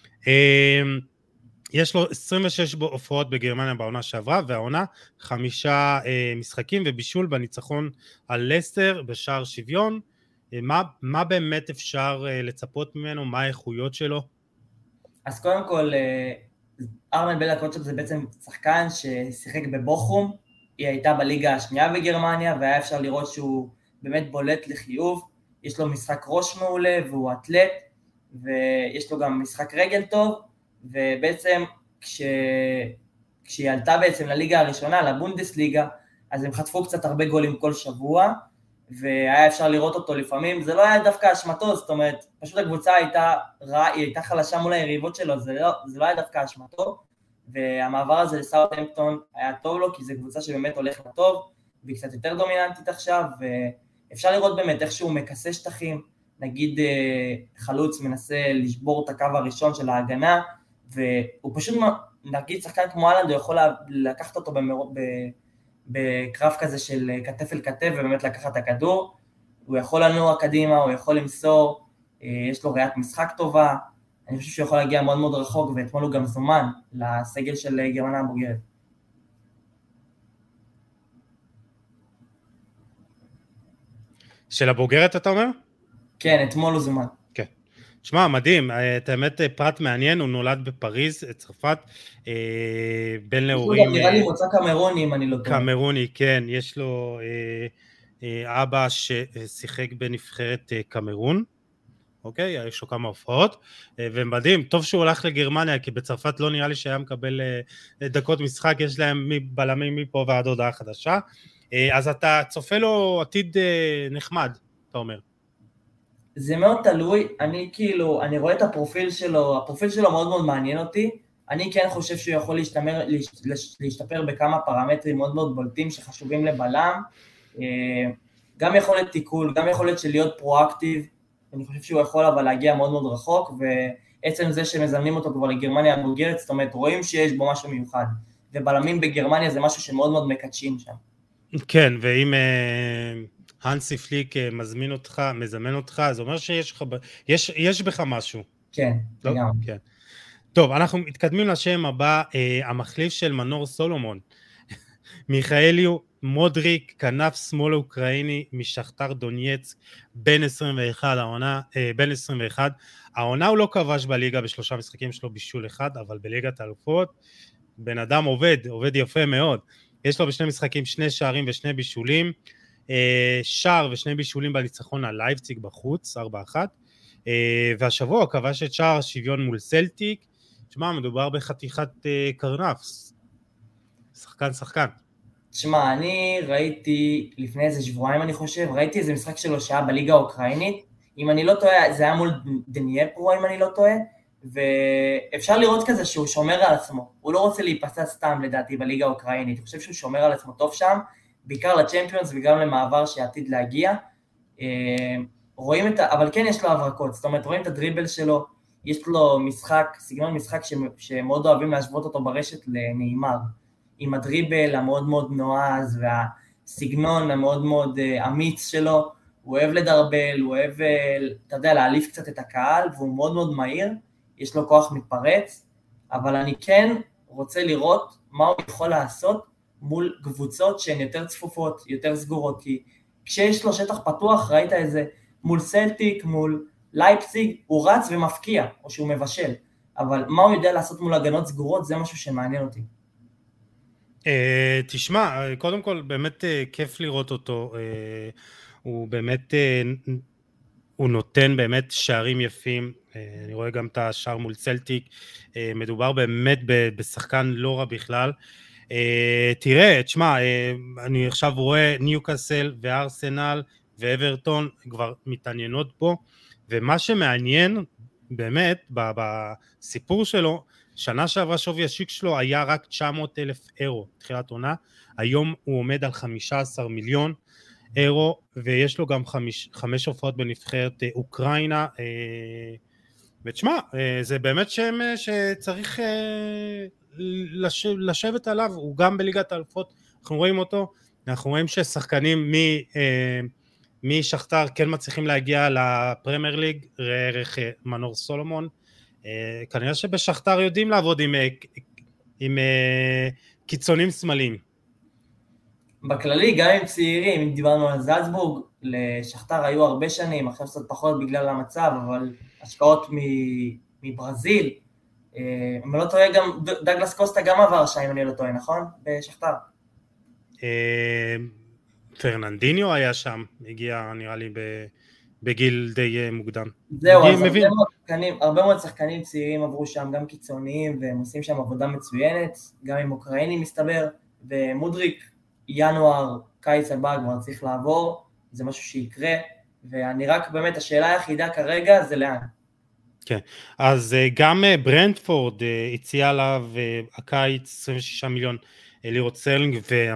יש לו עשרים ושש הופעות בגרמניה בעונה שעברה, והעונה חמישה משחקים ובישול בניצחון על לסטר בשער שוויון. מה, מה באמת אפשר לצפות ממנו? מה האיכויות שלו? אז קודם כל, ארמל בלה קוצ'אפ זה בעצם שחקן ששיחק בבוכום, היא הייתה בליגה השנייה בגרמניה, והיה אפשר לראות שהוא באמת בולט לחיוב, יש לו משחק ראש מעולה, והוא אתלט, ויש לו גם משחק רגל טוב, ובעצם כש... כשהיא עלתה בעצם לליגה הראשונה, לבונדסליגה, אז הם חטפו קצת הרבה גולים כל שבוע, והיה אפשר לראות אותו לפעמים, זה לא היה דווקא אשמתו, זאת אומרת, פשוט הקבוצה הייתה רע, היא הייתה חלשה מול היריבות שלו, זה לא, זה לא היה דווקא אשמתו, והמעבר הזה לסאות'המפטון היה טוב לו, כי זו קבוצה שבאמת הולך לטוב, והיא קצת יותר דומיננטית עכשיו, ואפשר לראות באמת איך שהוא מכסה שטחים, נגיד חלוץ מנסה לשבור את הקו הראשון של ההגנה, והוא פשוט, נגיד שחקן כמו אלנד, הוא יכול לקחת אותו במרות, בקרב כזה של כתף אל כתף, ובאמת לקחת את הכדור, הוא יכול לנוע קדימה, הוא יכול למסור, יש לו ראיית משחק טובה, אני חושב שהוא יכול להגיע מאוד מאוד רחוק, ואתמול הוא גם זומן לסגל של גרמניה הבוגרת. של הבוגרת אתה אומר? כן, אתמול הוא זומן. כן. שמע, מדהים, את האמת פרט מעניין, הוא נולד בפריז, צרפת, בן להורים... הוא נראה לי מוצא קמרוני, אם אני לא טועה. קמרוני, כן, יש לו אבא ששיחק בנבחרת קמרון, אוקיי, יש לו כמה הופעות, ומדהים, טוב שהוא הולך לגרמניה, כי בצרפת לא נראה לי שהיה מקבל דקות משחק, יש להם בלמים מפה ועד הודעה חדשה, אז אתה צופה לו עתיד נחמד, אתה אומר. זה מאוד תלוי, אני כאילו, אני רואה את הפרופיל שלו, הפרופיל שלו מאוד מאוד מעניין אותי, אני כן חושב שהוא יכול להשתמר, להשתפר בכמה פרמטרים מאוד מאוד בולטים שחשובים לבלם, גם יכולת תיקול, גם יכולת של להיות פרואקטיב, אני חושב שהוא יכול אבל להגיע מאוד מאוד רחוק, ועצם זה שמזמנים אותו כבר לגרמניה הבוגרת, זאת אומרת, רואים שיש בו משהו מיוחד, ובלמים בגרמניה זה משהו שמאוד מאוד מקדשים שם. כן, ואם הנסי פליק מזמין אותך, מזמן אותך, זה אומר שיש לך, יש, יש בך משהו. כן, לא? גם. כן. טוב, אנחנו מתקדמים לשם הבא, המחליף של מנור סולומון, מיכאליו מודריק, כנף שמאל אוקראיני משכתר דונייצק, בן עשרים ואחת, העונה, בן עשרים ואחת, העונה הוא לא כבש בליגה בשלושה משחקים שלו בישול אחד, אבל בליגת האלופות, בן אדם עובד, עובד יפה מאוד, יש לו בשני משחקים שני שערים ושני בישולים, שער ושני בישולים בניצחון על לייפציג בחוץ, ארבע אחת, והשבוע כבש את שער השוויון מול סלטיק, תשמע, מדובר בחתיכת קרנף, שחקן שחקן. תשמע, אני ראיתי לפני איזה שבועיים אני חושב, ראיתי איזה משחק שלו שהיה בליגה האוקראינית, אם אני לא טועה, זה היה מול דנייפרו אם אני לא טועה, ואפשר לראות כזה שהוא שומר על עצמו, הוא לא רוצה להיפסע סתם לדעתי בליגה האוקראינית, אני חושב שהוא שומר על עצמו טוב שם, בעיקר לצ'מפיונס וגם למעבר שעתיד להגיע, רואים את ה... אבל כן יש לו הברקות, זאת אומרת רואים את הדריבל שלו, יש לו משחק, סגנון משחק ש... שמאוד אוהבים להשוות אותו ברשת לנעימר, עם הדריבל המאוד מאוד נועז והסגנון המאוד מאוד אמיץ שלו, הוא אוהב לדרבל, הוא אוהב, אתה יודע, להעליף קצת את הקהל, והוא מאוד מאוד מהיר, יש לו כוח מתפרץ, אבל אני כן רוצה לראות מה הוא יכול לעשות מול קבוצות שהן יותר צפופות, יותר סגורות, כי כשיש לו שטח פתוח, ראית איזה מול סלטיק, מול לייפציג, הוא רץ ומפקיע, או שהוא מבשל, אבל מה הוא יודע לעשות מול הגנות סגורות, זה משהו שמעניין אותי. תשמע, קודם כל באמת כיף לראות אותו, הוא באמת, הוא נותן באמת שערים יפים, אני רואה גם את השער מול צלטיק, מדובר באמת בשחקן לא רע בכלל. תראה, תשמע, אני עכשיו רואה ניוקאסל וארסנל ואברטון כבר מתעניינות בו, ומה שמעניין באמת בסיפור שלו, שנה שעברה שווי השיק שלו היה רק תשע מאות אלף אירו תחילת עונה, היום הוא עומד על חמישה עשר מיליון אירו, ויש לו גם חמש, חמש הופעות בנבחרת אוקראינה, ותשמע, זה באמת שם שצריך לשב, לשבת עליו, הוא גם בליגת האלופות, אנחנו רואים אותו, אנחנו רואים ששחקנים מ, משכתר כן מצליחים להגיע לפרמייר ליג, ערך מנור סולומון, כנראה שבשכתר יודעים לעבוד עם, עם קיצונים שמאליים. בכללי, גם עם צעירים, אם דיברנו על זלצבורג, לשכתר היו הרבה שנים, עכשיו קצת פחות בגלל המצב, אבל השקעות מברזיל, אם לא טועה, גם דגלס קוסטה גם עבר שם, אם אני לא טועה, נכון? בשכתר. פרננדיניו היה שם, הגיע נראה לי בגיל די מוקדם. זהו, אז הרבה מאוד, שחקנים, הרבה מאוד שחקנים צעירים עברו שם, גם קיצוניים, והם עושים שם עבודה מצוינת, גם עם אוקראינים מסתבר, ומודריק, ינואר, קיץ הבא כבר צריך לעבור, זה משהו שיקרה, ואני רק באמת, השאלה היחידה כרגע זה לאן. כן, אז גם ברנטפורד הציע עליו הקיץ עשרים ושישה מיליון לירות סטרלינג,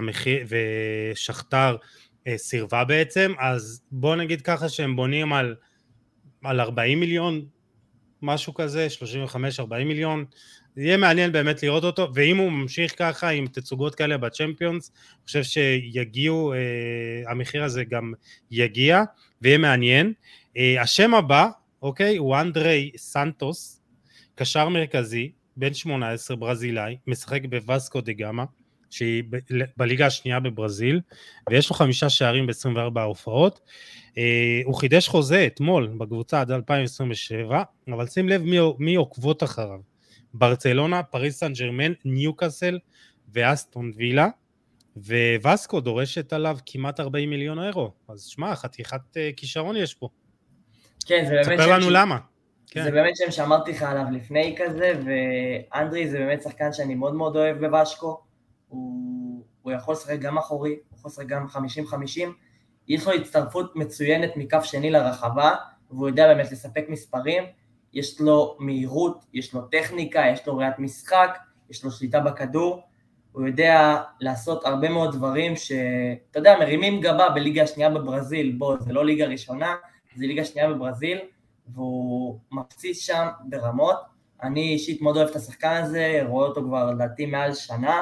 ושכתר סירבה בעצם, אז בוא נגיד ככה שהם בונים על, על ארבעים מיליון, משהו כזה, שלושים וחמש ארבעים מיליון, יהיה מעניין באמת לראות אותו, ואם הוא ממשיך ככה עם תצוגות כאלה בצ'מפיונס, אני חושב שיגיעו, אה, המחיר הזה גם יגיע, ויהיה מעניין. אה, השם הבא, אוקיי, הוא אנדרי סנטוס, קשר מרכזי, בן שמונה עשרה, ברזילאי, משחק בווסקו דה גאמה, שהיא ב- בליגה השנייה בברזיל, ויש לו חמישה שערים ב-עשרים וארבע הופעות, אה, הוא חידש חוזה אתמול בקבוצה עד אלפיים עשרים ושבע, אבל שים לב מי, מי עוקבות אחריו, ברצלונה, פריס סן ז'רמן, ניוקאסל ואסטון וילה, ווסקו דורשת עליו כמעט ארבעים מיליון אירו, אז שמע, חתיכת כישרון יש פה. כן, זה באמת ספר לנו ש... למה. כן. זה באמת שם שאמרתי לך עליו לפני כזה, ואנדרי זה באמת שחקן שאני מאוד מאוד אוהב בוושקו, הוא, הוא יכול לשחק גם אחורי, הוא יכול לשחק גם חמישים חמישים, יש לו הצטרפות מצוינת מכף שני לרחבה, והוא יודע באמת לספק מספרים, יש לו מהירות, יש לו טכניקה, יש לו ראיית משחק, יש לו שליטה בכדור, הוא יודע לעשות הרבה מאוד דברים שאתה יודע, מרימים גבה בליגה השנייה בברזיל, בוא, זה לא ליגה ראשונה, זה ליגה שנייה בברזיל, והוא מפציץ שם ברמות, אני אישית מאוד אוהב את השחקן הזה, רואה אותו כבר לדעתי מעל שנה,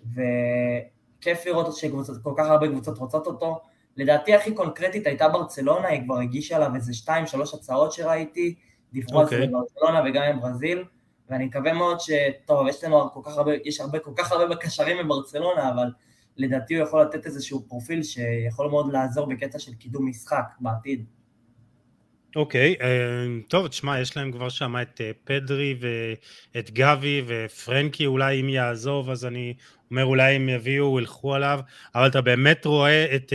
וכיף לראות אותו שכל כך הרבה קבוצות רוצות אותו, לדעתי הכי קונקרטית הייתה ברצלונה, היא כבר הגישה עליו איזה שתיים, שלוש הצעות שראיתי, דיברו על זה בברצלונה וגם בברזיל, ואני מקווה מאוד שטוב, יש לנו כל כך הרבה, יש הרבה, כל כך הרבה בקשרים בברצלונה, אבל לדעתי הוא יכול לתת איזשהו פרופיל שיכול מאוד לעזור בקטע של קידום משחק בעתיד. אוקיי, טוב, תשמע, יש להם כבר שם את פדרי ואת גבי ופרנקי, אולי אם יעזוב, אז אני אומר אולי אם יביאו, ילכו עליו, אבל אתה באמת רואה את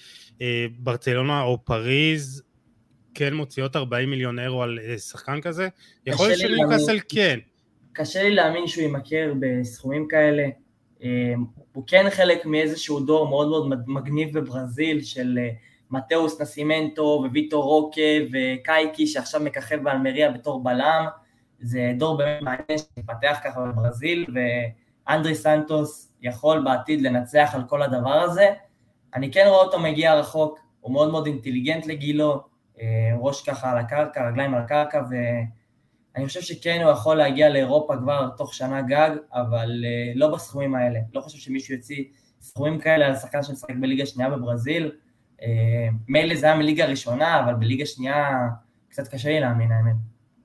ברצלונה או פריז, כן מוציאות ארבעים מיליון אירו על שחקן כזה? יכול להיות שניוקאסל כן. קשה לי להאמין שהוא ימכר בסכומים כאלה, הוא כן חלק מאיזשהו דור מאוד מאוד מגניב בברזיל, של מתאוס נסימנטו וויטור רוקה וקייקי, שעכשיו מככב באלמריה בתור בלם, זה דור באמת מעניין שמתפתח ככה בברזיל, ואנדרי סנטוס יכול בעתיד לנצח על כל הדבר הזה, אני כן רואה אותו מגיע רחוק, הוא מאוד מאוד אינטליגנט לגילו, ראש ככה על הקרקע, רגליים על הקרקע, ואני חושב שכן הוא יכול להגיע לאירופה כבר תוך שנה גג, אבל לא בסכומים האלה, לא חושב שמישהו יוציא סכומים כאלה על שחקן שמשחק בליגה שנייה בברזיל, מילא זה היה מליגה ראשונה, אבל בליגה שנייה קצת קשה לי להאמין, האמן.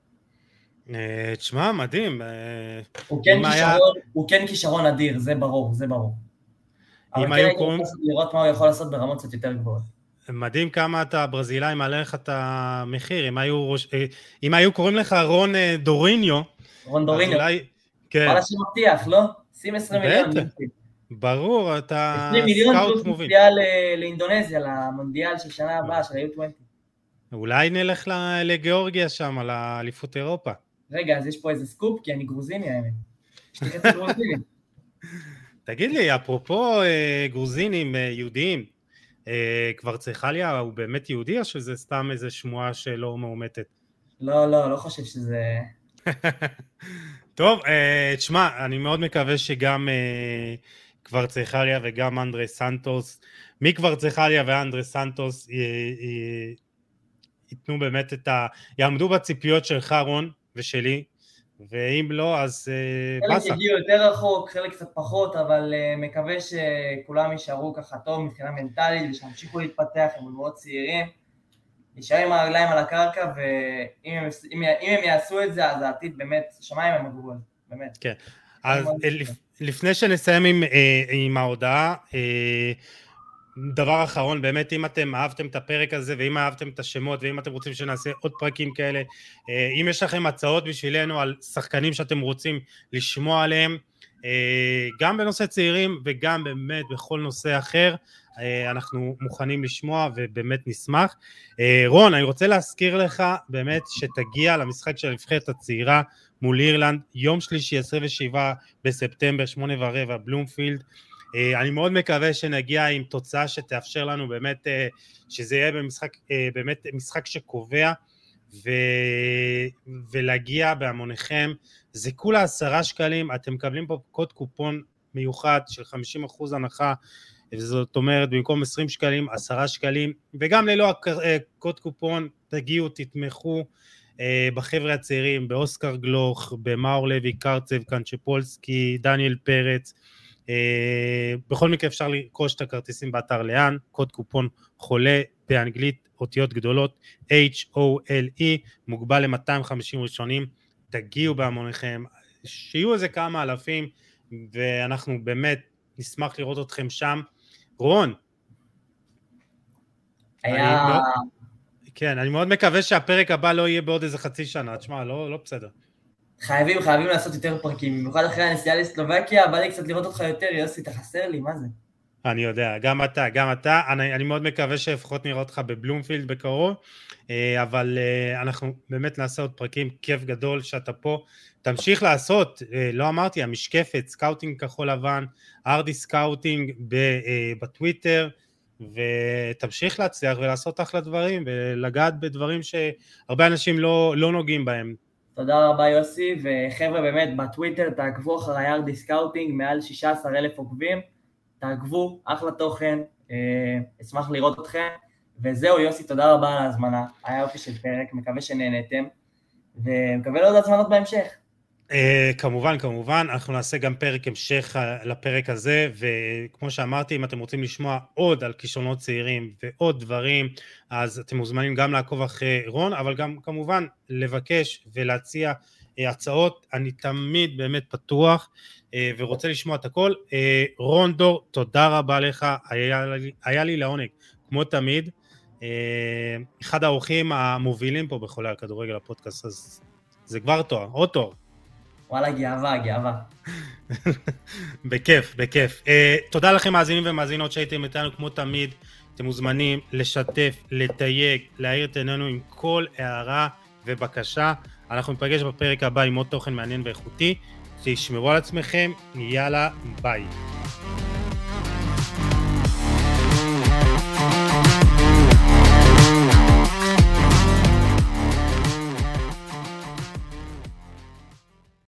תשמע, מדהים. הוא כן כישרון אדיר, זה ברור, זה ברור. אבל כן היו קוראים... לראות מה הוא יכול לעשות ברמות קצת יותר גבוהות. מדהים כמה אתה ברזילאי מעלה לך את המחיר, אם היו, אם היו קוראים לך רון דוריניו, רון דוריניו, אולי... כן. מה לשם מבטיח, לא? שים עשרים מיליון. ברור, אתה עשרים מיליון פלוס מופיע לאינדונזיה, למונדיאל של שנה הבאה, של ה-יו עשרים. אולי נלך לגיאורגיה שם, על האליפות אירופה. רגע, אז יש פה איזה סקופ, כי אני גרוזיני האמת. יש לי חצי גרוזיני. תגיד לי, אפרופו גרוזינים יהודיים, קוורצחליה הוא באמת יהודי, או שזה סתם איזה שמועה שלא מאומתת? לא, לא, לא חושב שזה... טוב, תשמע, אני מאוד מקווה שגם קוורצחליה וגם אנדרי סנטוס, מקוורצחליה ואנדרי סנטוס ייתנו באמת את ה... יעמדו בציפיות שלך, רון, ושלי, ואם לא, אז חלק בסה. הגיעו יותר רחוק, חלק קצת פחות, אבל מקווה שכולם יישארו ככה טוב מבחינה מנטלית, ושהמשיכו להתפתח, הם מאוד צעירים, יישאר עם הרגליים על הקרקע, ואם הם, אם, אם הם יעשו את זה, אז העתיד באמת, שמיים הם הגבול, באמת. כן, אז לפני שנסיים עם, עם ההודעה, דבר אחרון, באמת אם אתם אהבתם את הפרק הזה, ואם אהבתם את השמות, ואם אתם רוצים שנעשה עוד פרקים כאלה, אם יש לכם הצעות בשבילנו על שחקנים שאתם רוצים לשמוע עליהם, גם בנושא צעירים וגם באמת בכל נושא אחר, אנחנו מוכנים לשמוע ובאמת נשמח. רון, אני רוצה להזכיר לך באמת שתגיע למשחק של הנבחרת הצעירה מול אירלנד, יום שלישי עשרים ושבעה בספטמבר, שמונה ורבע, בלומפילד. אני מאוד מקווה שנגיע עם תוצאה שתאפשר לנו באמת, שזה יהיה במשחק, באמת משחק שקובע, ו... ולהגיע בהמוניכם. זה כולה עשרה שקלים, אתם מקבלים פה קוד קופון מיוחד של חמישים אחוז הנחה, וזאת אומרת במקום עשרים שקלים, עשרה שקלים, וגם ללא קוד קופון תגיעו, תתמכו בחבר'ה הצעירים, באוסקר גלוך, במאור לוי, קרצב, קנצ'פולסקי, דניאל פרץ. בכל מקרה אפשר לרכוש את הכרטיסים באתר לאן, קוד קופון חולה באנגלית, אותיות גדולות, H O L E, מוגבל ל-מאתיים וחמישים ראשונים, תגיעו בהמוניכם, שיהיו איזה כמה אלפים, ואנחנו באמת נשמח לראות אתכם שם. רון, היה... אני מאוד, כן, אני מאוד מקווה שהפרק הבא לא יהיה בעוד איזה חצי שנה, תשמע, לא, לא בסדר. חייבים, חייבים לעשות יותר פרקים, במיוחד אחרי הנסיעה לסלובקיה, בא לי קצת לראות אותך יותר, יוסי, תחסר לי, מה זה? אני יודע, גם אתה, גם אתה, אני, אני מאוד מקווה שלפחות נראה אותך בבלומפילד בקרוב, אבל אנחנו באמת נעשה עוד פרקים, כיף גדול שאתה פה, תמשיך לעשות, לא אמרתי, המשקפת, סקאוטינג כחול לבן, ארדי סקאוטינג בטוויטר, ותמשיך להצליח ולעשות אחלה דברים, ולגעת בדברים שהרבה אנשים לא, לא נוגעים בהם. תודה רבה יוסי, וחבר'ה באמת בטוויטר תעקבו אחרי ארדי סקאוטינג, מעל שישה עשר אלף עוקבים, תעקבו, אחלה תוכן, אשמח לראות אתכם, וזהו יוסי, תודה רבה על ההזמנה, היה יופי של פרק, מקווה שנהנתם, ומקווה לעוד הזמנות בהמשך. כמובן, כמובן, אנחנו נעשה גם פרק המשך לפרק הזה, וכמו שאמרתי, אם אתם רוצים לשמוע עוד על כישרונות צעירים ועוד דברים, אז אתם מוזמנים גם לעקוב אחרי רון, אבל גם כמובן לבקש ולהציע הצעות, אני תמיד באמת פתוח ורוצה לשמוע את הכל. רון דור, תודה רבה לך, היה לי, היה לי לעונג, כמו תמיד, אחד האורחים המובילים פה בחולי הכדורגל הפודקאסט, אז זה כבר תואר, עוד תואר. וואלה, גאווה, גאווה. בכיף, בכיף. Uh, תודה לכם מאזינים ומאזינות שהייתם איתנו כמו תמיד, אתם מוזמנים לשתף, לתייג, להאיר את עינינו עם כל הערה ובקשה. אנחנו נפגש בפרק הבא עם עוד תוכן מעניין ואיכותי, שישמרו על עצמכם, יאללה, ביי.